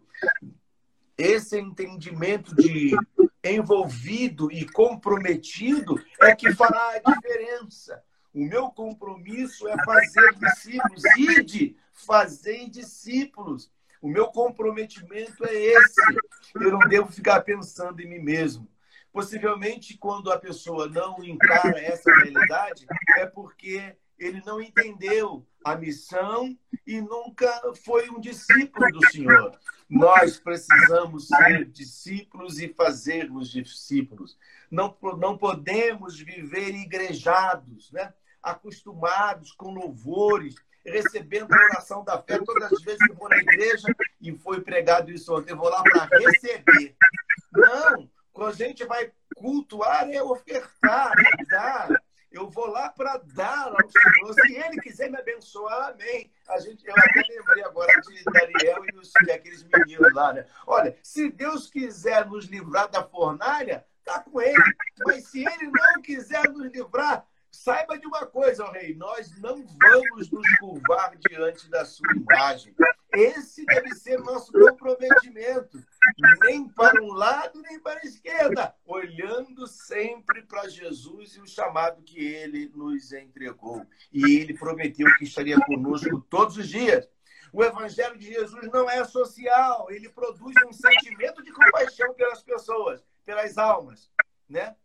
Esse entendimento de envolvido e comprometido é que fará a diferença. O meu compromisso é fazer discípulos. Ide, fazei discípulos. O meu comprometimento é esse. Eu não devo ficar pensando em mim mesmo. Possivelmente, quando a pessoa não encara essa realidade, é porque ele não entendeu a missão e nunca foi um discípulo do Senhor. Nós precisamos ser discípulos e fazermos discípulos. Não, não podemos viver igrejados, né? Acostumados com louvores, recebendo a oração da fé. Todas as vezes que eu vou na igreja, e foi pregado isso ontem, eu vou lá para receber. Não, quando a gente vai cultuar, é ofertar, é dar. Eu vou lá para dar ao Senhor. Se Ele quiser me abençoar, amém. A gente, eu até lembrei agora de Daniel e, os, e aqueles meninos lá, né? Olha, se Deus quiser nos livrar da fornalha, está com Ele. Mas se Ele não quiser nos livrar, saiba de uma coisa, ó rei, nós não vamos nos curvar diante da sua imagem. Esse deve ser o nosso comprometimento. Nem para um lado, nem para a esquerda. Olhando sempre para Jesus e o chamado que Ele nos entregou. E Ele prometeu que estaria conosco todos os dias. O Evangelho de Jesus não é social. Ele produz um sentimento de compaixão pelas pessoas, pelas almas, né?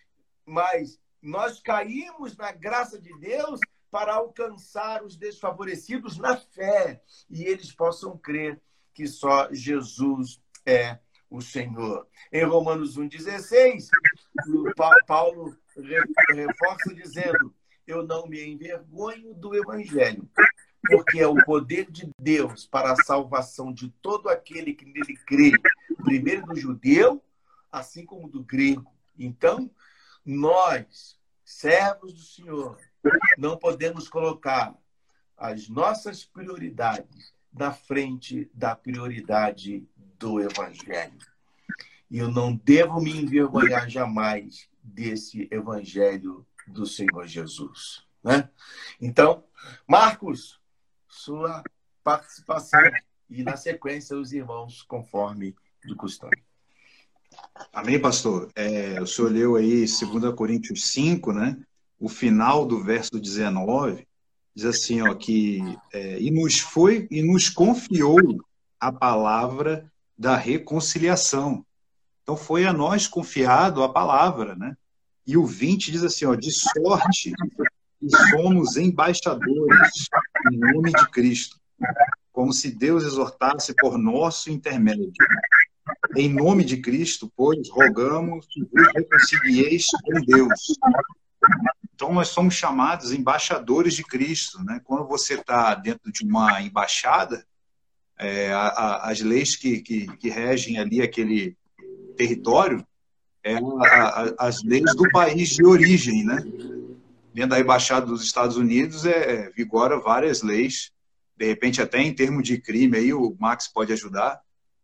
Mas nós caímos na graça de Deus para alcançar os desfavorecidos na fé e eles possam crer que só Jesus é o Senhor. Em Romanos um, dezesseis, Paulo reforça dizendo: eu não me envergonho do Evangelho, porque é o poder de Deus para a salvação de todo aquele que nele crê, primeiro do judeu, assim como do grego. Então, nós, servos do Senhor, não podemos colocar as nossas prioridades na frente da prioridade do Evangelho. E eu não devo me envergonhar jamais desse Evangelho do Senhor Jesus, né? Então, Marcos, sua participação e, na sequência, os irmãos, conforme de costume. Amém, pastor? É, o senhor leu aí dois Coríntios cinco, né? O final do verso dezenove, diz assim, ó, que é, e nos foi e nos confiou a palavra da reconciliação. Então foi a nós confiado a palavra, né? E o vinte diz assim, ó, de sorte que somos embaixadores em nome de Cristo, como se Deus exortasse por nosso intermédio. Em nome de Cristo, pois, rogamos que vos reconcilieis com Deus. Então, nós somos chamados embaixadores de Cristo, né? Quando você está dentro de uma embaixada, é, a, a, as leis que, que, que regem ali aquele território é a, a, as leis do país de origem, né? Dentro da embaixada dos Estados Unidos, é, vigora várias leis, de repente até em termos de crime, aí o Max pode ajudar,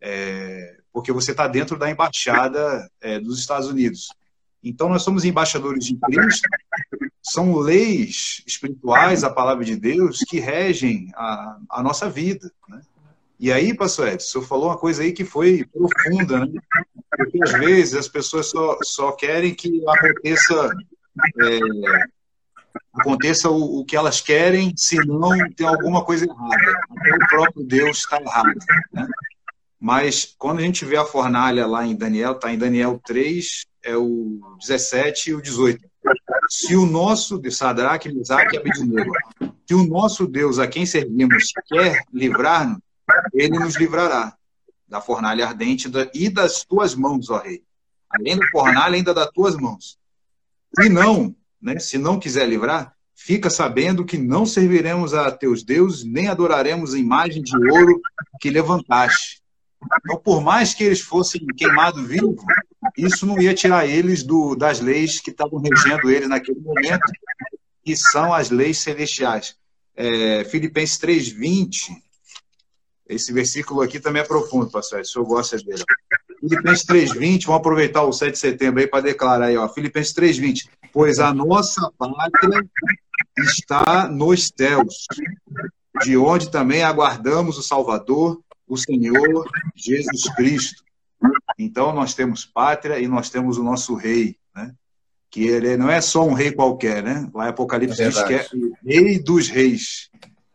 é, porque você está dentro da embaixada é, dos Estados Unidos. Então, nós somos embaixadores de Cristo, são leis espirituais, a palavra de Deus, que regem a, a nossa vida, né? E aí, pastor Edson, o senhor falou uma coisa aí que foi profunda, né? Porque às vezes as pessoas só, só querem que aconteça, é, aconteça o, o que elas querem, senão tem alguma coisa errada. Até o próprio Deus está errado, né? Mas quando a gente vê a fornalha lá em Daniel, está em Daniel três, é o dezessete e o dezoito. Se o nosso Deus, Sadraque, Mesaque e Abednego, se o nosso Deus a quem servimos quer livrar-nos, ele nos livrará da fornalha ardente e das tuas mãos, ó rei. Além da fornalha, ainda das tuas mãos. Se não, né, se não quiser livrar, fica sabendo que não serviremos a teus deuses, nem adoraremos a imagem de ouro que levantaste. Então, por mais que eles fossem queimados vivos, isso não ia tirar eles do, das leis que estavam regendo eles naquele momento, que são as leis celestiais. É, Filipenses três, vinte, esse versículo aqui também é profundo, pastor, se eu gosto dele. Filipenses três, vinte, vamos aproveitar o sete de setembro aí para declarar aí, ó. Filipenses três, vinte, pois a nossa pátria está nos céus, de onde também aguardamos o Salvador, o Senhor Jesus Cristo. Então, nós temos pátria e nós temos o nosso rei, né? Que ele não é só um rei qualquer, né? Lá em Apocalipse é diz que é o rei dos reis.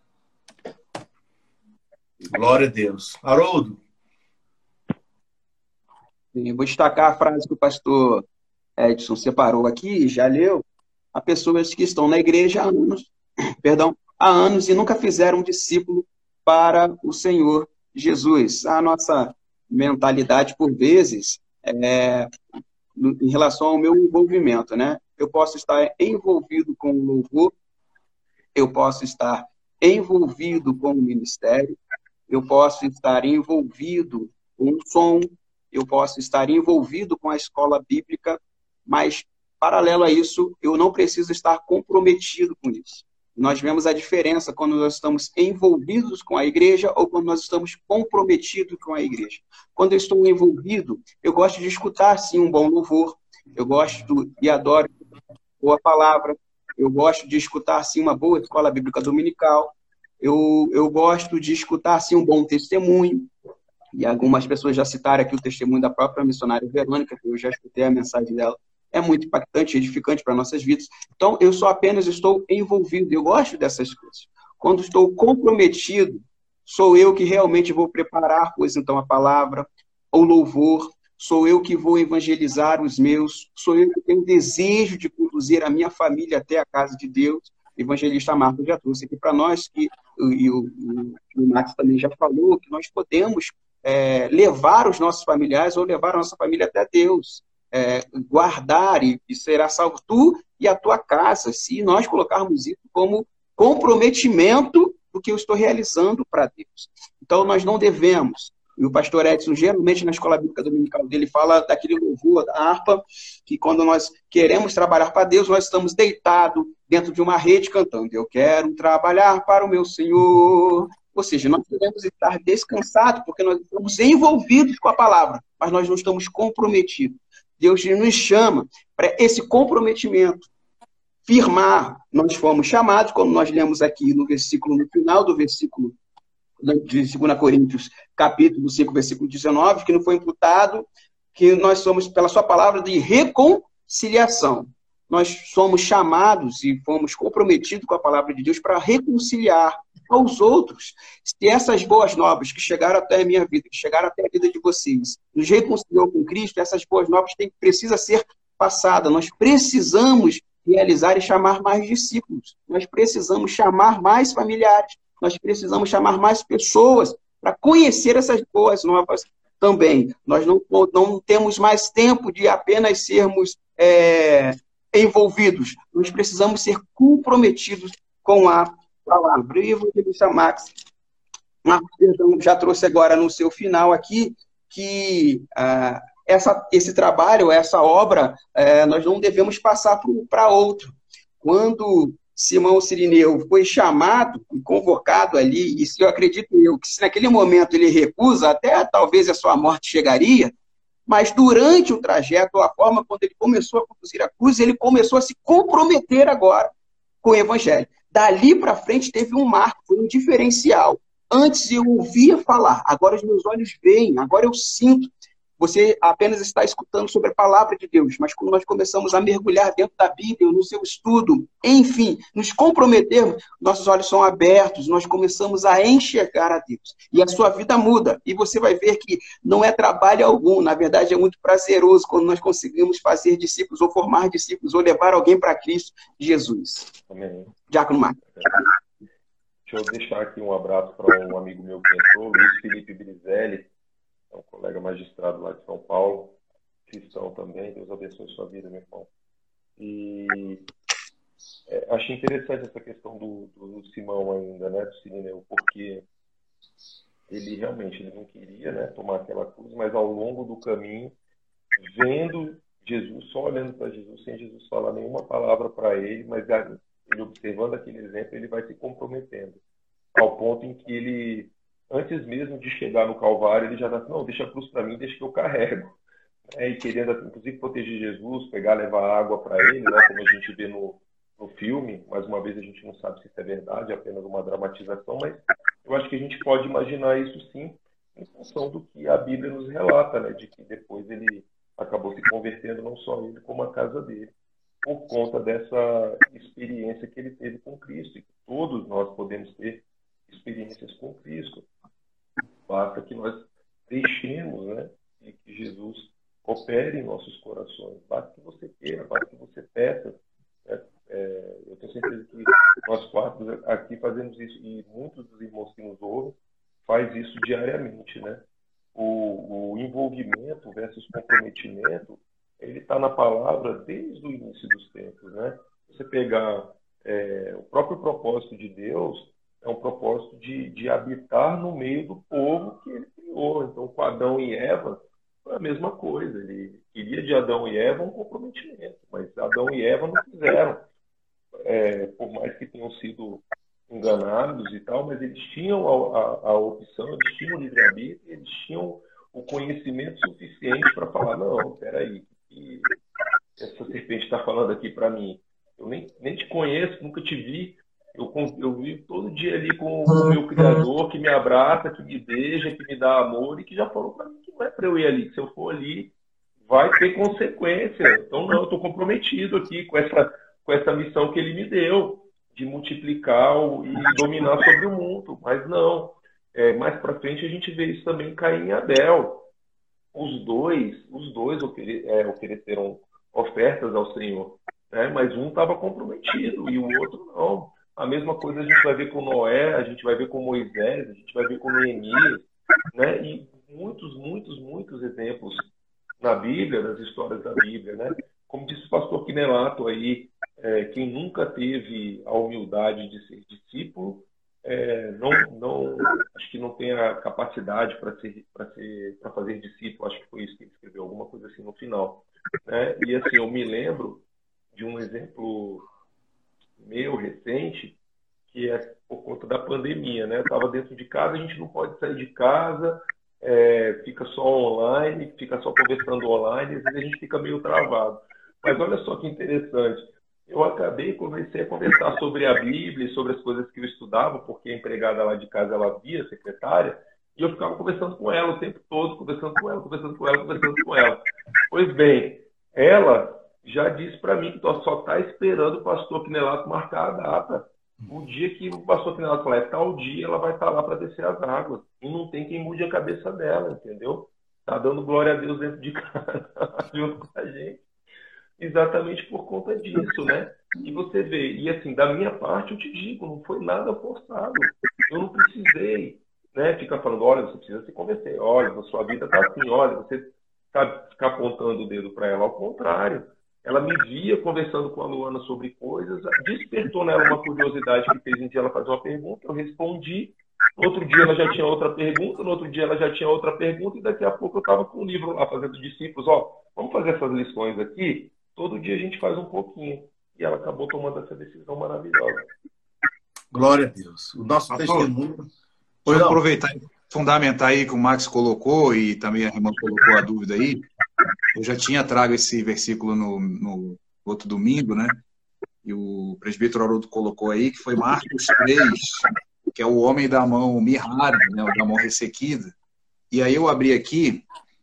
Glória a Deus. Haroldo? Eu vou destacar a frase que o pastor Edson separou aqui, já leu. Há pessoas que estão na igreja há anos, perdão, há anos e nunca fizeram um discípulo para o Senhor Jesus. A nossa mentalidade, por vezes, é, em relação ao meu envolvimento, né? Eu posso estar envolvido com o louvor, eu posso estar envolvido com o ministério, eu posso estar envolvido com o som, eu posso estar envolvido com a escola bíblica, mas, paralelo a isso, eu não preciso estar comprometido com isso. Nós vemos a diferença quando nós estamos envolvidos com a igreja ou quando nós estamos comprometidos com a igreja. Quando eu estou envolvido, eu gosto de escutar, sim, um bom louvor, eu gosto e adoro boa palavra, eu gosto de escutar, sim, uma boa escola bíblica dominical, eu, eu gosto de escutar, sim, um bom testemunho, e algumas pessoas já citaram aqui o testemunho da própria missionária Verônica, que eu já escutei a mensagem dela, é muito impactante, edificante para nossas vidas. Então, eu só apenas estou envolvido, eu gosto dessas coisas. Quando estou comprometido, sou eu que realmente vou preparar, pois então, a palavra, o louvor, sou eu que vou evangelizar os meus, sou eu que tenho desejo de conduzir a minha família até a casa de Deus. O evangelista Marcos já trouxe aqui para nós, que, e o, o, o Max também já falou, que nós podemos é, levar os nossos familiares ou levar a nossa família até Deus. É, guardar e, e será salvo tu e a tua casa, se nós colocarmos isso como comprometimento do que eu estou realizando para Deus. Então, nós não devemos, e o pastor Edson, geralmente na escola bíblica dominical dele, fala daquele louvor da harpa, que quando nós queremos trabalhar para Deus, nós estamos deitados dentro de uma rede cantando, eu quero trabalhar para o meu Senhor. Ou seja, nós devemos estar descansados, porque nós estamos envolvidos com a palavra, mas nós não estamos comprometidos. Deus nos chama para esse comprometimento, firmar. Nós fomos chamados, como nós lemos aqui no versículo, no final do versículo de segunda Coríntios, capítulo cinco, versículo dezenove, que não foi imputado, que nós somos, pela sua palavra, de reconciliação. Nós somos chamados e fomos comprometidos com a palavra de Deus para reconciliar aos outros. Se essas boas novas que chegaram até a minha vida, que chegaram até a vida de vocês, nos reconciliou com Cristo, essas boas novas têm, precisa ser passada. Nós precisamos realizar e chamar mais discípulos. Nós precisamos chamar mais familiares. Nós precisamos chamar mais pessoas para conhecer essas boas novas também. Nós não, não temos mais tempo de apenas sermos é, envolvidos. Nós precisamos ser comprometidos com a palavra. E eu vou deixar Max, Marcos, perdão, já trouxe agora no seu final aqui, que ah, essa, esse trabalho, essa obra, eh, nós não devemos passar para outro. Quando Simão Cirineu foi chamado e convocado ali, e se eu acredito eu, que se naquele momento ele recusa, até talvez a sua morte chegaria, mas durante o trajeto, a forma quando ele começou a conduzir a cruz, ele começou a se comprometer agora com o evangelho. Dali para frente teve um marco, foi um diferencial. Antes eu ouvia falar, agora os meus olhos veem, agora eu sinto. você apenas está escutando sobre a palavra de Deus, mas quando nós começamos a mergulhar dentro da Bíblia, no seu estudo, enfim, nos comprometermos, nossos olhos são abertos, nós começamos a enxergar a Deus. E a sua vida muda. E você vai ver que não é trabalho algum, na verdade é muito prazeroso quando nós conseguimos fazer discípulos, ou formar discípulos, ou levar alguém para Cristo Jesus. Amém. Diácono Marcos. Deixa eu deixar aqui um abraço para um amigo meu que entrou, Luiz Felipe Brizelli, é um colega magistrado lá de São Paulo, cristão também. Deus abençoe sua vida, meu irmão. E é, achei interessante essa questão do, do Simão ainda, né, do Cirineu, porque ele realmente ele não queria, né, tomar aquela cruz, mas ao longo do caminho, vendo Jesus, só olhando para Jesus, sem Jesus falar nenhuma palavra para ele, mas ele observando aquele exemplo, ele vai se comprometendo, ao ponto em que ele, antes mesmo de chegar no Calvário, ele já está assim, não, deixa a cruz para mim, deixa que eu carrego. É, e querendo, inclusive, proteger Jesus, pegar, levar água para ele, né, como a gente vê no, no filme. Mais uma vez, a gente não sabe se isso é verdade, é apenas uma dramatização, mas eu acho que a gente pode imaginar isso sim, em função do que a Bíblia nos relata, né, de que depois ele acabou se convertendo, não só ele, como a casa dele, por conta dessa experiência que ele teve com Cristo. E todos nós podemos ter experiências com Cristo. Basta que nós deixemos, né, e que Jesus opere em nossos corações. Basta que você queira, basta que você peça. É, é, eu tenho certeza que nós quatro aqui fazemos isso, e muitos dos irmãos que nos ouvem faz isso diariamente, né? O, o envolvimento versus comprometimento, ele está na palavra desde o início dos tempos, né? Você pegar é, o próprio propósito de Deus, é um propósito de, de habitar no meio do povo que ele criou. Então, com Adão e Eva, foi a mesma coisa. Ele queria de Adão e Eva um comprometimento, mas Adão e Eva não fizeram. É, por mais que tenham sido enganados e tal, mas eles tinham a, a, a opção, eles tinham o livre-arbítrio, eles tinham o conhecimento suficiente para falar, não, peraí, que essa serpente está falando aqui para mim, eu nem, nem te conheço, nunca te vi, eu, eu vivo todo dia ali com o meu Criador, que me abraça, que me beija, que me dá amor, e que já falou para mim que não é para eu ir ali, que se eu for ali, vai ter consequência. Então, não, eu estou comprometido aqui com essa, com essa missão que ele me deu, de multiplicar e dominar sobre o mundo. Mas não. É, mais para frente a gente vê isso também em Caim e Abel. Os dois, os dois ofere é, ofereceram ofertas ao Senhor, né? Mas um estava comprometido e o outro não. A mesma coisa a gente vai ver com Noé, a gente vai ver com Moisés, a gente vai ver com Neemias, né? E muitos, muitos, muitos exemplos na Bíblia, nas histórias da Bíblia, né? Como disse o pastor Quinelato aí, é, quem nunca teve a humildade de ser discípulo, é, não, não, acho que não tem a capacidade para ser, para ser, para fazer discípulo. Acho que foi isso que ele escreveu, alguma coisa assim no final, né? E assim, eu me lembro de um exemplo meu recente, que é por conta da pandemia, né? Eu estava dentro de casa, a gente não pode sair de casa, é, fica só online, fica só conversando online, às vezes a gente fica meio travado. Mas olha só que interessante, eu acabei, comecei a conversar sobre a Bíblia e sobre as coisas que eu estudava, porque a empregada lá de casa, ela via, secretária, e eu ficava conversando com ela o tempo todo, conversando com ela, conversando com ela, conversando com ela. Pois bem, ela já disse para mim que só está esperando o pastor Quinelato marcar a data. O dia que o pastor Quinelato falar, é tal dia, ela vai estar lá para descer as águas. E não tem quem mude a cabeça dela, entendeu? Tá dando glória a Deus dentro de casa, junto com a gente. Exatamente por conta disso, né? E você vê, e assim, da minha parte eu te digo, não foi nada forçado. Eu não precisei, né, ficar falando, olha, você precisa se convencer, olha, a sua vida tá assim, olha, você tá, ficar apontando o dedo para ela. Ao contrário, ela me via conversando com a Luana sobre coisas, despertou nela uma curiosidade que fez um dia ela fazer uma pergunta, eu respondi, no outro dia ela já tinha outra pergunta, no outro dia ela já tinha outra pergunta, e daqui a pouco eu estava com um livro lá fazendo discípulos, ó, vamos fazer essas lições aqui, todo dia a gente faz um pouquinho. E ela acabou tomando essa decisão maravilhosa. Glória a Deus. O nosso Pastor, testemunho... Deixa eu aproveitar e fundamentar aí que o Max colocou, e também a irmã colocou a dúvida aí. Eu já tinha trago esse versículo no, no outro domingo, né? E o presbítero Haroldo colocou aí, que foi Marcos três, que é o homem da mão mirrada, né? Da mão ressequida. E aí eu abri aqui,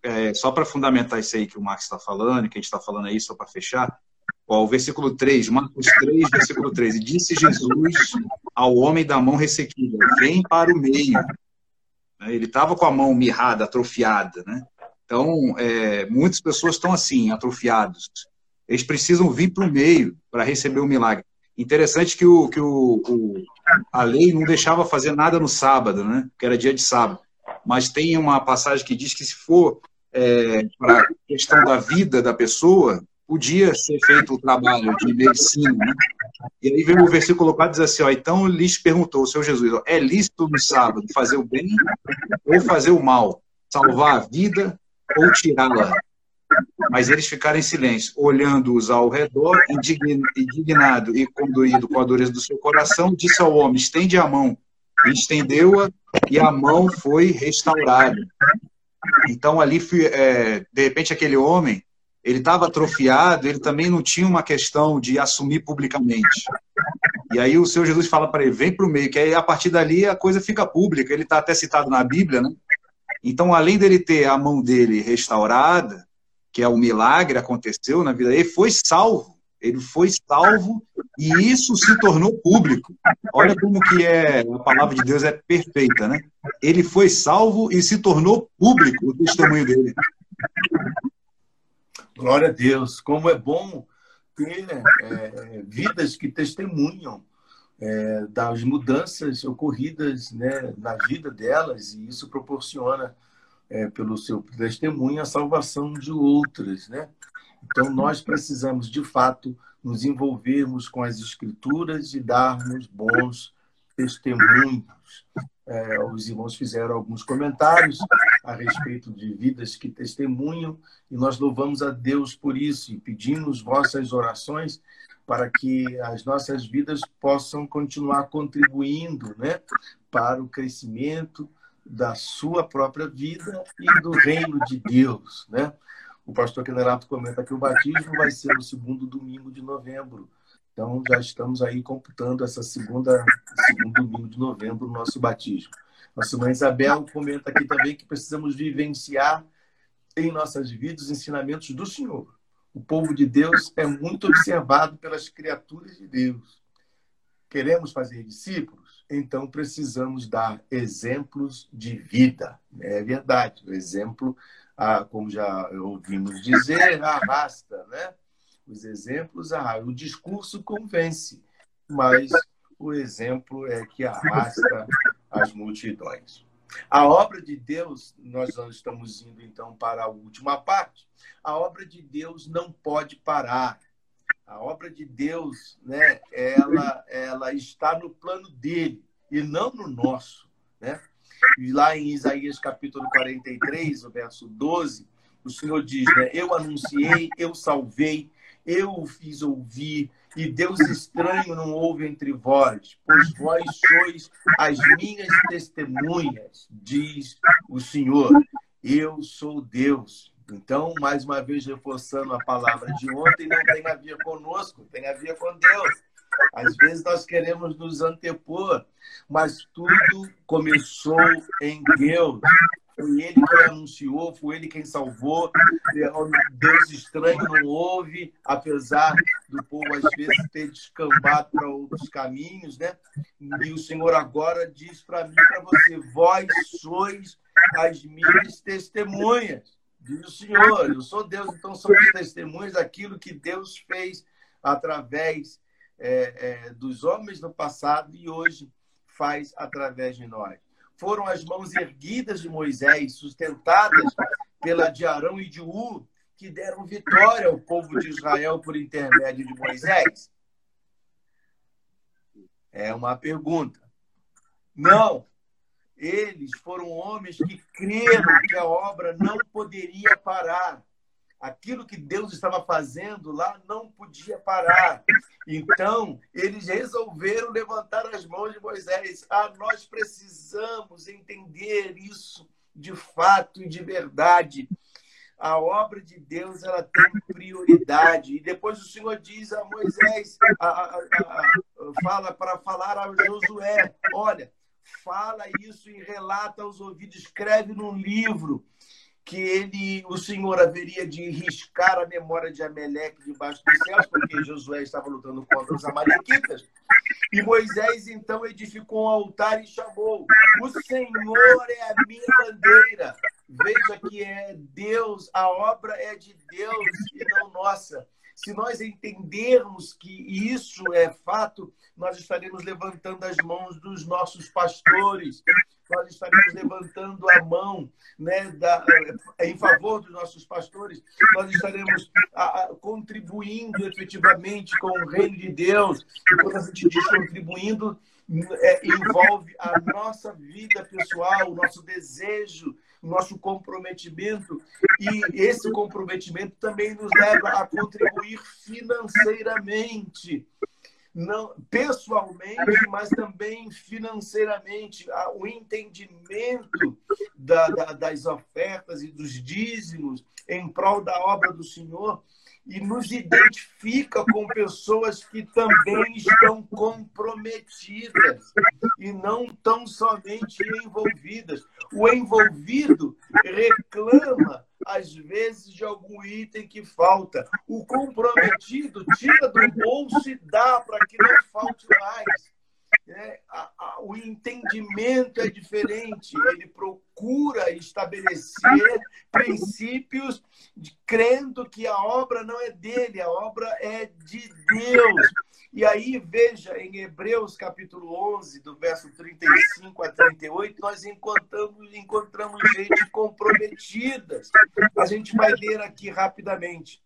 é, só para fundamentar isso aí que o Marcos está falando, que a gente está falando aí, só para fechar, ó, o versículo três, Marcos três, versículo três, e disse Jesus ao homem da mão ressequida, vem para o meio. Ele estava com a mão mirrada, atrofiada, né? Então, é, muitas pessoas estão assim, atrofiados. Eles precisam vir para o meio para receber o milagre. Interessante que, o, que o, o, a lei não deixava fazer nada no sábado, né? Que era dia de sábado. Mas tem uma passagem que diz que se for é, para a questão da vida da pessoa, podia ser feito o trabalho de medicina, né? E aí vem o versículo quatro, diz assim, ó, então lhes perguntou o Senhor Jesus, ó, é lícito no sábado fazer o bem ou fazer o mal? Salvar a vida ou tirá-la? Mas eles ficaram em silêncio, olhando-os ao redor, indignado e conduído com a dureza do seu coração, disse ao homem, estende a mão. E estendeu-a e a mão foi restaurada. Então ali, é, de repente, aquele homem, ele estava atrofiado, ele também não tinha uma questão de assumir publicamente. E aí o Senhor Jesus fala para ele, vem para o meio, que aí a partir dali a coisa fica pública, ele está até citado na Bíblia, né? Então, além dele ter a mão dele restaurada, que é o milagre, aconteceu na vida dele, ele foi salvo, ele foi salvo e isso se tornou público. Olha como que é, a palavra de Deus é perfeita, né? Ele foi salvo e se tornou público o testemunho dele. Glória a Deus, como é bom ter é, vidas que testemunham é, das mudanças ocorridas, né, na vida delas, e isso proporciona, é, pelo seu testemunho, a salvação de outras, né? Então, nós precisamos, de fato, nos envolvermos com as Escrituras e darmos bons testemunhos. É, os irmãos fizeram alguns comentários a respeito de vidas que testemunham, e nós louvamos a Deus por isso e pedimos vossas orações para que as nossas vidas possam continuar contribuindo, né, para o crescimento da sua própria vida e do reino de Deus, né? O pastor Kenerato comenta que o batismo vai ser no segundo domingo de novembro. Então, já estamos aí computando essa segunda, segundo domingo de novembro, o nosso batismo. Nossa irmã Isabel comenta aqui também que precisamos vivenciar em nossas vidas os ensinamentos do Senhor. O povo de Deus é muito observado pelas criaturas de Deus. Queremos fazer discípulos? Então, precisamos dar exemplos de vida. É verdade, o exemplo, ah, como já ouvimos dizer, arrasta, né? Os exemplos arrastam. O discurso convence, mas o exemplo é que arrasta as multidões. A obra de Deus, nós estamos indo então para a última parte, a obra de Deus não pode parar. A obra de Deus, né, ela, ela está no plano dele e não no nosso, né? E lá em Isaías capítulo quarenta e três, o verso doze, o Senhor diz, né, eu anunciei, eu salvei, eu o fiz ouvir, e Deus estranho não houve entre vós, pois vós sois as minhas testemunhas, diz o Senhor. Eu sou Deus. Então, mais uma vez, reforçando a palavra de ontem, não tem a ver conosco, tem a ver com Deus. Às vezes nós queremos nos antepor, mas tudo começou em Deus. Foi ele quem anunciou, foi ele quem salvou. Deus estranho não houve, apesar do povo às vezes ter descambado para outros caminhos, né? E o Senhor agora diz para mim, para você, vós sois as minhas testemunhas. Diz o Senhor, eu sou Deus, então somos testemunhas daquilo que Deus fez através é, é, dos homens no passado e hoje faz através de nós. Foram as mãos erguidas de Moisés, sustentadas pela de Arão e de Ur, que deram vitória ao povo de Israel por intermédio de Moisés? É uma pergunta. Não. Eles foram homens que creram que a obra não poderia parar. Aquilo que Deus estava fazendo lá não podia parar. Então, eles resolveram levantar as mãos de Moisés. Ah, nós precisamos entender isso de fato e de verdade. A obra de Deus, ela tem prioridade. E depois o Senhor diz a Moisés, a, a, a, fala para falar a Josué, olha, fala isso e relata aos ouvidos, escreve num livro, que ele, o Senhor haveria de riscar a memória de Ameleque debaixo dos céus, porque Josué estava lutando contra os amalequitas. E Moisés, então, edificou um altar e chamou: o Senhor é a minha bandeira. Veja que é Deus, a obra é de Deus e não nossa. Se nós entendermos que isso é fato, nós estaremos levantando as mãos dos nossos pastores, nós estaremos levantando a mão, né, da, em favor dos nossos pastores, nós estaremos a, a, contribuindo efetivamente com o reino de Deus. E quando a gente diz contribuindo, é, envolve a nossa vida pessoal, o nosso desejo, o nosso comprometimento, e esse comprometimento também nos leva a contribuir financeiramente, não pessoalmente, mas também financeiramente. O entendimento da, da, das ofertas e dos dízimos em prol da obra do Senhor, e nos identifica com pessoas que também estão comprometidas e não tão somente envolvidas. O envolvido reclama, às vezes, de algum item que falta. O comprometido tira do bolso e dá para que não falte mais. É, a, a, o entendimento é diferente. Ele procura estabelecer princípios de, crendo que a obra não é dele, a obra é de Deus. E aí, veja, em Hebreus capítulo onze, do verso trinta e cinco a trinta e oito, nós encontramos, encontramos gente comprometida. A gente vai ler aqui rapidamente.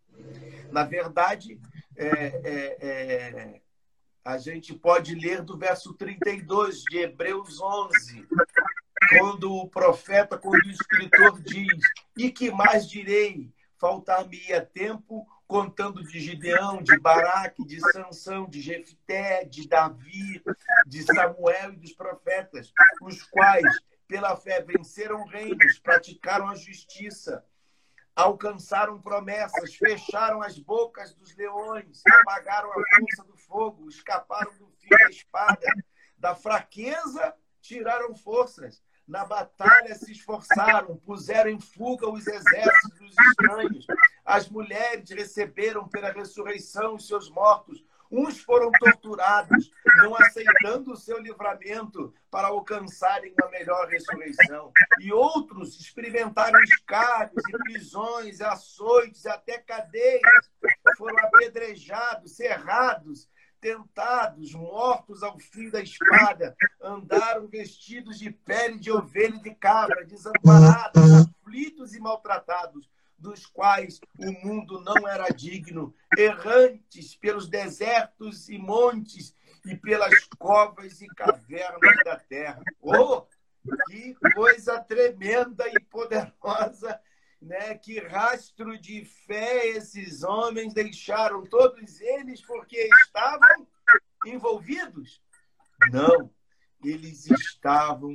Na verdade, é, é, é, a gente pode ler do verso trinta e dois de Hebreus onze, quando o profeta, quando o escritor diz: e que mais direi? Faltar-me-ia tempo contando de Gideão, de Baraque, de Sansão, de Jefté, de Davi, de Samuel e dos profetas, os quais, pela fé, venceram reinos, praticaram a justiça, alcançaram promessas, fecharam as bocas dos leões, apagaram a força do fogo, escaparam do fio da espada, da fraqueza tiraram forças, na batalha se esforçaram, puseram em fuga os exércitos dos estranhos, as mulheres receberam pela ressurreição os seus mortos, uns foram torturados, não aceitando o seu livramento para alcançarem uma melhor ressurreição. E outros experimentaram escárnios e prisões, açoites, até cadeias. Foram apedrejados, cerrados, tentados, mortos ao fim da espada. Andaram vestidos de pele de ovelha e de cabra, desamparados, aflitos e maltratados, dos quais o mundo não era digno, errantes pelos desertos e montes e pelas covas e cavernas da terra. Oh, que coisa tremenda e poderosa, né? Que rastro de fé esses homens deixaram, todos eles porque estavam envolvidos? Não, eles estavam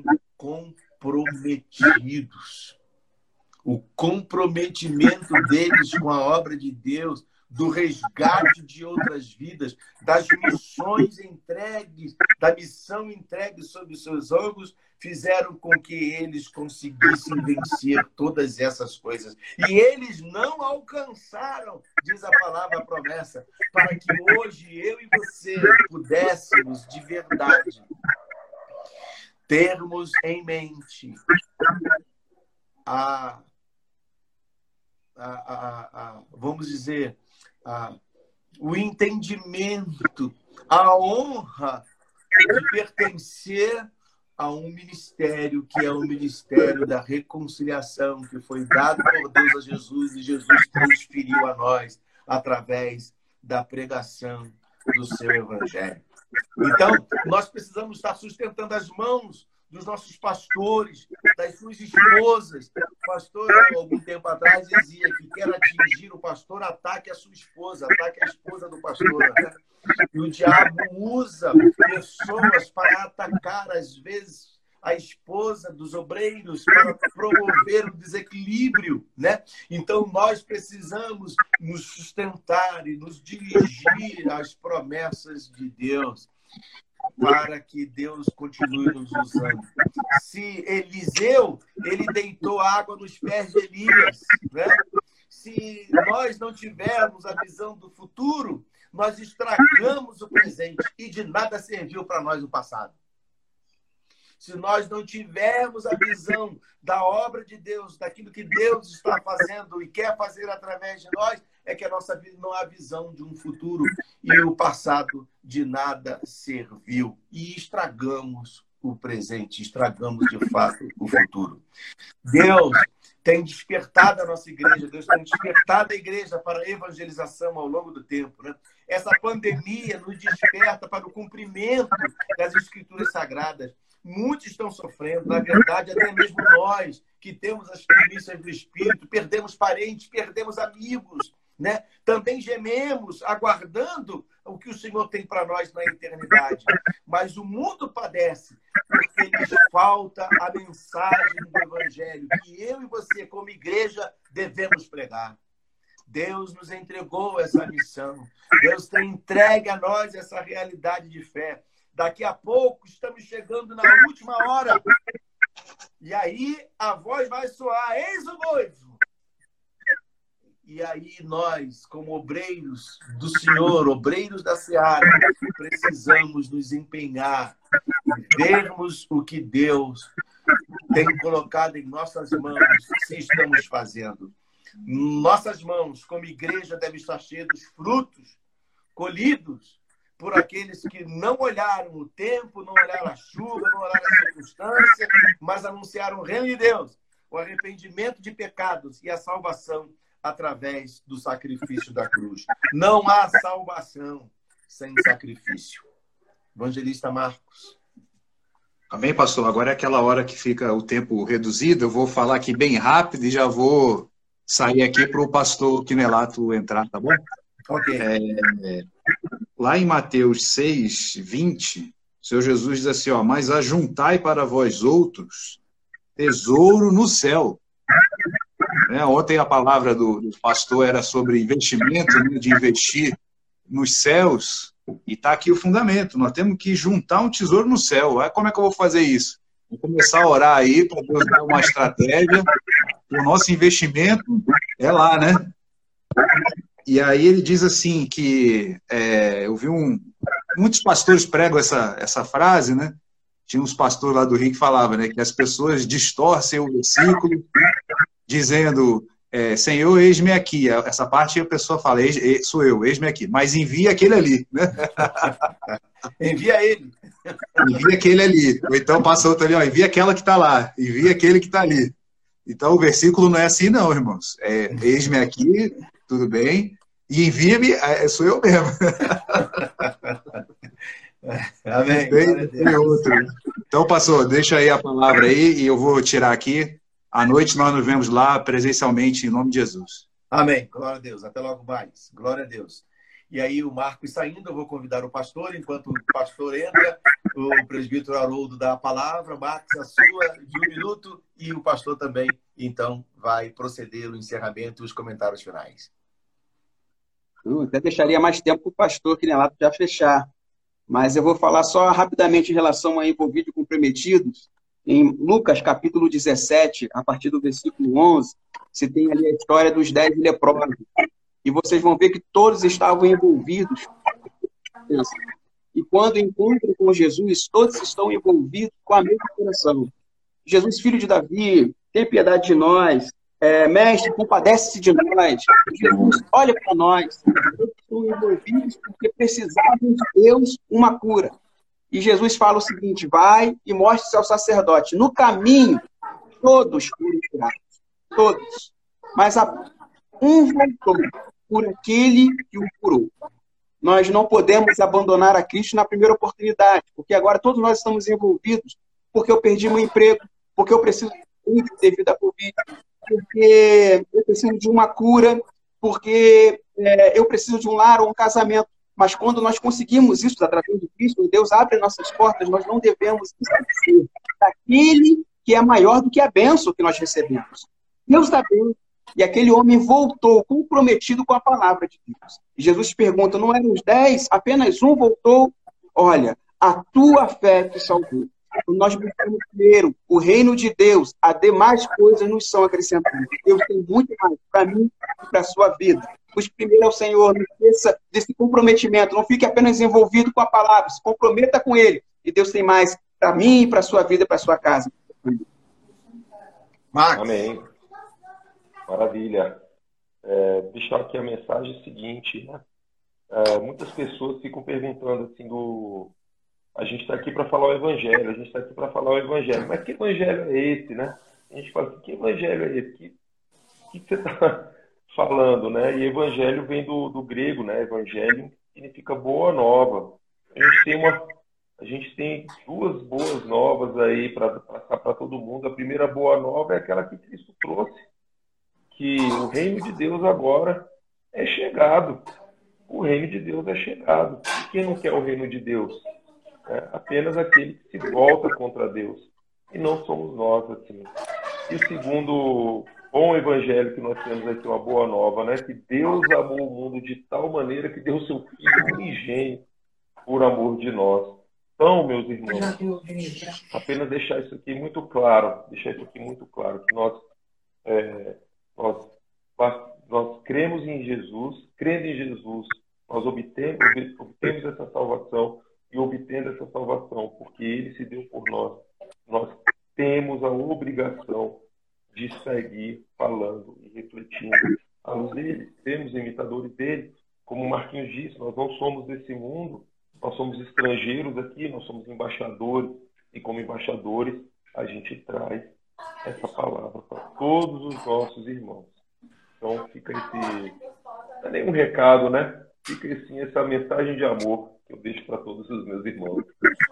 comprometidos. O comprometimento deles com a obra de Deus, do resgate de outras vidas, das missões entregues, da missão entregue sobre os seus ombros, fizeram com que eles conseguissem vencer todas essas coisas. E eles não alcançaram, diz a palavra, a promessa, para que hoje eu e você pudéssemos, de verdade, termos em mente a... A, a, a, vamos dizer, a, o entendimento, a honra de pertencer a um ministério que é o ministério da reconciliação, que foi dado por Deus a Jesus e Jesus transferiu a nós através da pregação do seu evangelho. Então, nós precisamos estar sustentando as mãos dos nossos pastores, das suas esposas. O pastor, há algum tempo atrás, dizia que quer atingir o pastor, ataque a sua esposa, ataque a esposa do pastor. Né? E o diabo usa pessoas para atacar, às vezes, a esposa dos obreiros, para promover o desequilíbrio. Né? Então, nós precisamos nos sustentar e nos dirigir às promessas de Deus. para que Deus continue nos usando. Se Eliseu, ele deitou água nos pés de Elias, né? Se nós não tivermos a visão do futuro, nós estragamos o presente e de nada serviu para nós o passado. Se nós não tivermos a visão da obra de Deus, daquilo que Deus está fazendo e quer fazer através de nós, é que a nossa vida não há visão de um futuro e o passado de nada serviu. E estragamos o presente, estragamos de fato o futuro. Deus tem despertado a nossa igreja, Deus tem despertado a igreja para a evangelização ao longo do tempo, né? Essa pandemia nos desperta para o cumprimento das Escrituras Sagradas. Muitos estão sofrendo, na verdade, até mesmo nós, que temos as primícias do Espírito, perdemos parentes, perdemos amigos, né? Também gememos, aguardando o que o Senhor tem para nós na eternidade. Mas o mundo padece, porque lhes falta a mensagem do Evangelho, que eu e você, como igreja, devemos pregar. Deus nos entregou essa missão. Deus tem entregue a nós essa realidade de fé. Daqui a pouco estamos chegando na última hora. E aí a voz vai soar: eis o noivo. E aí nós, como obreiros do Senhor, obreiros da Seara, precisamos nos empenhar e vermos o que Deus tem colocado em nossas mãos, se estamos fazendo. Nossas mãos, como igreja, devem estar cheias dos frutos colhidos por aqueles que não olharam o tempo, não olharam a chuva, não olharam a circunstância, mas anunciaram o reino de Deus, o arrependimento de pecados e a salvação através do sacrifício da cruz. Não há salvação sem sacrifício. Evangelista Marcos. Amém, pastor? Agora é aquela hora que fica o tempo reduzido. Eu vou falar aqui bem rápido e já vou sair aqui para o pastor Quinelato entrar, tá bom? Ok. É, lá em Mateus seis, vinte, o Senhor Jesus diz assim, ó, mas ajuntai para vós outros tesouro no céu. É, ontem a palavra do, do pastor era sobre investimento, né, de investir nos céus, e está aqui o fundamento. Nós temos que juntar um tesouro no céu. Aí, como é que eu vou fazer isso? Vou começar a orar aí para Deus dar uma estratégia. O nosso investimento é lá, né? E aí ele diz assim que é, eu vi um... Muitos pastores pregam essa, essa frase, né? Tinha uns pastores lá do Rio que falavam, né, que as pessoas distorcem o versículo dizendo, é, Senhor, eis-me aqui. Essa parte a pessoa fala, eis, sou eu, eis-me aqui. Mas envia aquele ali, né? Envia ele. Envia aquele ali. Ou então passa outro ali, ó, envia aquela que está lá. Envia aquele que está ali. Então o versículo não é assim não, irmãos. É, eis-me aqui, tudo bem, e envia-me, é, sou eu mesmo. Amém. Tem, tem outro. Então, pastor, deixa aí a palavra aí e eu vou tirar aqui. À noite nós nos vemos lá presencialmente, em nome de Jesus. Amém. Glória a Deus. Até logo mais. Glória a Deus. E aí o Marcos saindo, eu vou convidar o pastor. Enquanto o pastor entra, o presbítero Haroldo dá a palavra. Marcos, a sua de um minuto. E o pastor também, então, vai proceder o encerramento e os comentários finais. Eu até deixaria mais tempo para o pastor Quinelato já fechar. Mas eu vou falar só rapidamente em relação a envolvidos e comprometidos. Em Lucas, capítulo dezessete, a partir do versículo onze, você tem ali a história dos dez leprosos. E vocês vão ver que todos estavam envolvidos. E quando encontram com Jesus, todos estão envolvidos com a mesma coração. Jesus, filho de Davi, tem piedade de nós. É, mestre, compadece-se de nós. Jesus, olha para nós. Todos estão envolvidos porque precisavam de Deus uma cura. E Jesus fala o seguinte, vai e mostre-se ao sacerdote. No caminho, todos foram curados. Todos. Mas a... um voltou por aquele que o curou. Nós não podemos abandonar a Cristo na primeira oportunidade, porque agora todos nós estamos envolvidos, porque eu perdi meu emprego, porque eu preciso de devido à Covid, porque eu preciso de uma cura, porque é, eu preciso de um lar ou um casamento. Mas quando nós conseguimos isso através de Cristo, Deus abre nossas portas, nós não devemos esquecer daquele que é maior do que a bênção que nós recebemos. Deus dá bênção. E aquele homem voltou comprometido com a palavra de Deus. E Jesus pergunta, não eram os dez? Apenas um voltou? Olha, a tua fé te salvou. Então, nós buscamos primeiro o reino de Deus, as demais coisas nos são acrescentadas. Deus tem muito mais para mim e para a sua vida. Busque primeiro ao Senhor, não esqueça desse comprometimento, não fique apenas envolvido com a palavra, se comprometa com Ele. E Deus tem mais para mim e para a sua vida e para a sua casa. Max. Amém. Maravilha. É, deixar aqui a mensagem seguinte, né? É, muitas pessoas ficam perguntando assim do... A gente está aqui para falar o evangelho, a gente está aqui para falar o evangelho. Mas que evangelho é esse, né? A gente fala assim, que evangelho é esse? Que, que você está falando, né? E evangelho vem do, do grego, né? Evangelho significa boa nova. A gente tem uma, a gente tem duas boas novas aí para passar para todo mundo. A primeira boa nova é aquela que Cristo trouxe, que o reino de Deus agora é chegado. O reino de Deus é chegado. E quem não quer o reino de Deus? É apenas aquele que se volta contra Deus. E não somos nós, assim. E o segundo bom evangelho que nós temos aqui, uma boa nova, né? Que Deus amou o mundo de tal maneira que deu seu Filho unigênito por amor de nós. Então, meus irmãos, apenas deixar isso aqui muito claro, deixar isso aqui muito claro, que nós, é, nós, nós cremos em Jesus, crendo em Jesus, nós obtemos, obtemos essa salvação, e obtendo essa salvação, porque Ele se deu por nós. Nós temos a obrigação de seguir falando e refletindo a luz dele. Temos imitadores dele. Como o Marquinhos disse, nós não somos desse mundo, nós somos estrangeiros aqui, nós somos embaixadores, e como embaixadores, a gente traz essa palavra para todos os nossos irmãos. Então, fica esse... Não é nenhum recado, né? Fica assim, essa mensagem de amor que eu deixo para todos os meus irmãos.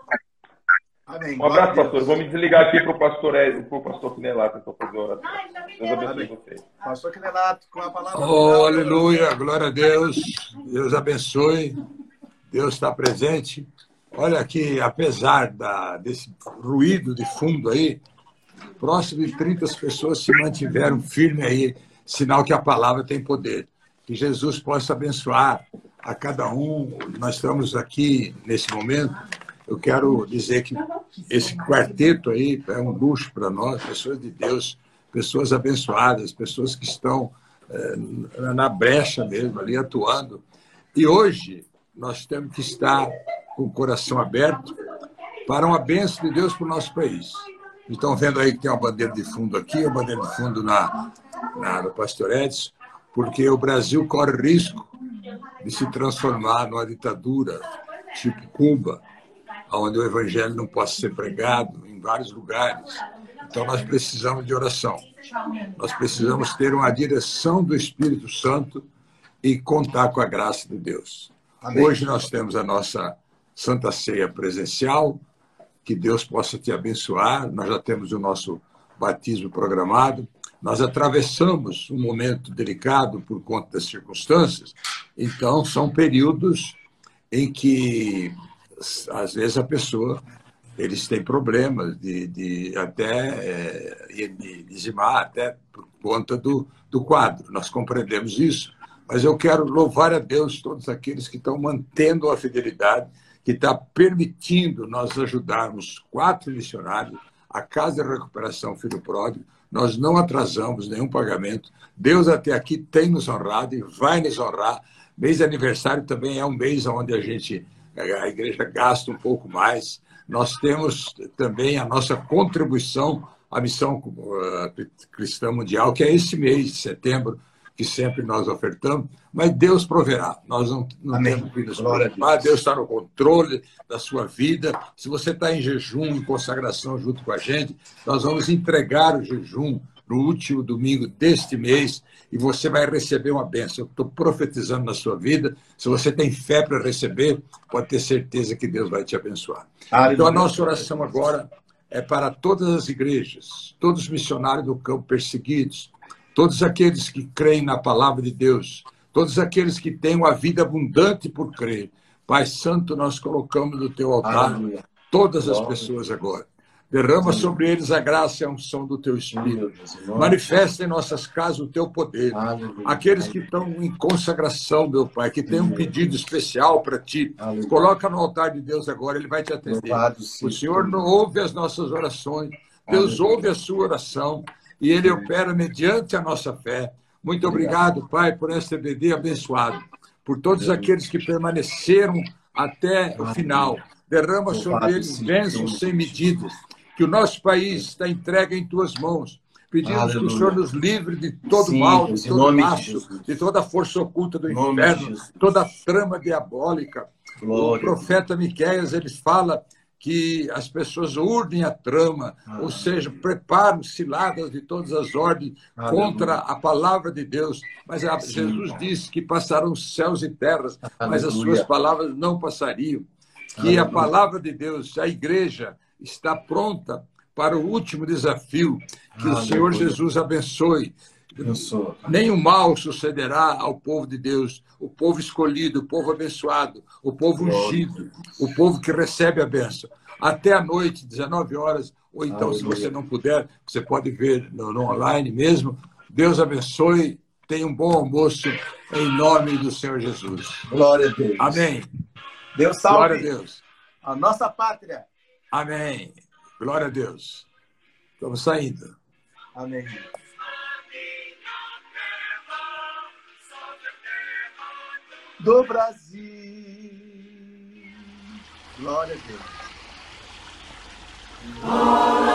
Amém. Um abraço, pastor. Eu vou me desligar aqui para o pastor, para o pastor Quinelato, então, fazer oração. Deus abençoe vocês. Pastor Quinelato, com a palavra. Oh, aleluia, glória a Deus. Deus abençoe. Deus está presente. Olha aqui, apesar da, desse ruído de fundo aí, próximo de trinta pessoas se mantiveram firmes aí, sinal que a palavra tem poder. Que Jesus possa abençoar a cada um. Nós estamos aqui nesse momento. Eu quero dizer que esse quarteto aí é um luxo para nós, pessoas de Deus, pessoas abençoadas, pessoas que estão é, na brecha mesmo, ali atuando. E hoje nós temos que estar com o coração aberto para uma bênção de Deus para o nosso país. Estão vendo aí que tem uma bandeira de fundo aqui, uma bandeira de fundo na, na, no Pastor Edson, porque o Brasil corre risco de se transformar numa ditadura tipo Cuba, onde o evangelho não possa ser pregado em vários lugares. Então nós precisamos de oração. Nós precisamos ter uma direção do Espírito Santo e contar com a graça de Deus. Amém. Hoje nós temos a nossa Santa Ceia presencial, que Deus possa te abençoar. Nós já temos o nosso batismo programado. Nós atravessamos um momento delicado por conta das circunstâncias, então são períodos em que, às vezes, a pessoa, eles têm problemas de, de até é, de dizimar, até por conta do, do quadro. Nós compreendemos isso, mas eu quero louvar a Deus todos aqueles que estão mantendo a fidelidade, que está permitindo nós ajudarmos quatro missionários, a Casa de Recuperação Filho Pródigo. Nós não atrasamos nenhum pagamento. Deus até aqui tem nos honrado e vai nos honrar. Mês de aniversário também é um mês onde a gente, a igreja gasta um pouco mais. Nós temos também a nossa contribuição à Missão Cristã Mundial, que é esse mês de setembro, que sempre nós ofertamos, mas Deus proverá. Nós não, não temos que nos preocupar. Deus está no controle da sua vida. Se você está em jejum, em consagração junto com a gente, nós vamos entregar o jejum no último domingo deste mês e você vai receber uma bênção. Eu estou profetizando na sua vida. Se você tem fé para receber, pode ter certeza que Deus vai te abençoar. Aleluia. Então, a nossa oração agora é para todas as igrejas, todos os missionários do campo perseguidos, todos aqueles que creem na palavra de Deus, todos aqueles que têm uma vida abundante por crer. Pai Santo, nós colocamos no teu altar todas as pessoas agora. Derrama sobre eles a graça e a unção do teu Espírito. Manifesta em nossas casas o teu poder. Aqueles que estão em consagração, meu Pai, que têm um pedido especial para ti, coloca no altar de Deus agora, ele vai te atender. O Senhor não ouve as nossas orações, Deus ouve a sua oração e ele opera mediante a nossa fé. Muito obrigado, Pai, por esse E B D abençoado, por todos aqueles que permaneceram até o final. Derrama sobre eles bênçãos sem medidas. Que o nosso país está entregue em tuas mãos. Pedimos Aleluia. Que o Senhor nos livre de todo Sim, mal, de todo laço, de, de toda força oculta do inferno, toda trama diabólica. Glória. O profeta Miqueias, ele fala que as pessoas urdem a trama, ah, ou seja, preparam ciladas de todas as ordens ah, contra a palavra de Deus. Mas a, Sim, Jesus disse que passarão céus e terras, Aleluia. Mas as suas palavras não passariam. Que Aleluia. A palavra de Deus, a igreja, está pronta para o último desafio. Que ah, o Senhor Jesus abençoe. Nenhum mal sucederá ao povo de Deus, o povo escolhido, o povo abençoado, o povo ungido, o povo que recebe a bênção. Até a noite, dezenove horas, ou então, Aleluia. Se você não puder, você pode ver no, no online mesmo. Deus abençoe, tenha um bom almoço, em nome do Senhor Jesus. Glória a Deus. Amém. Deus salve. Glória a Deus. A nossa pátria. Amém. Glória a Deus. Estamos saindo. Amém. Do Brasil. Glória a Deus.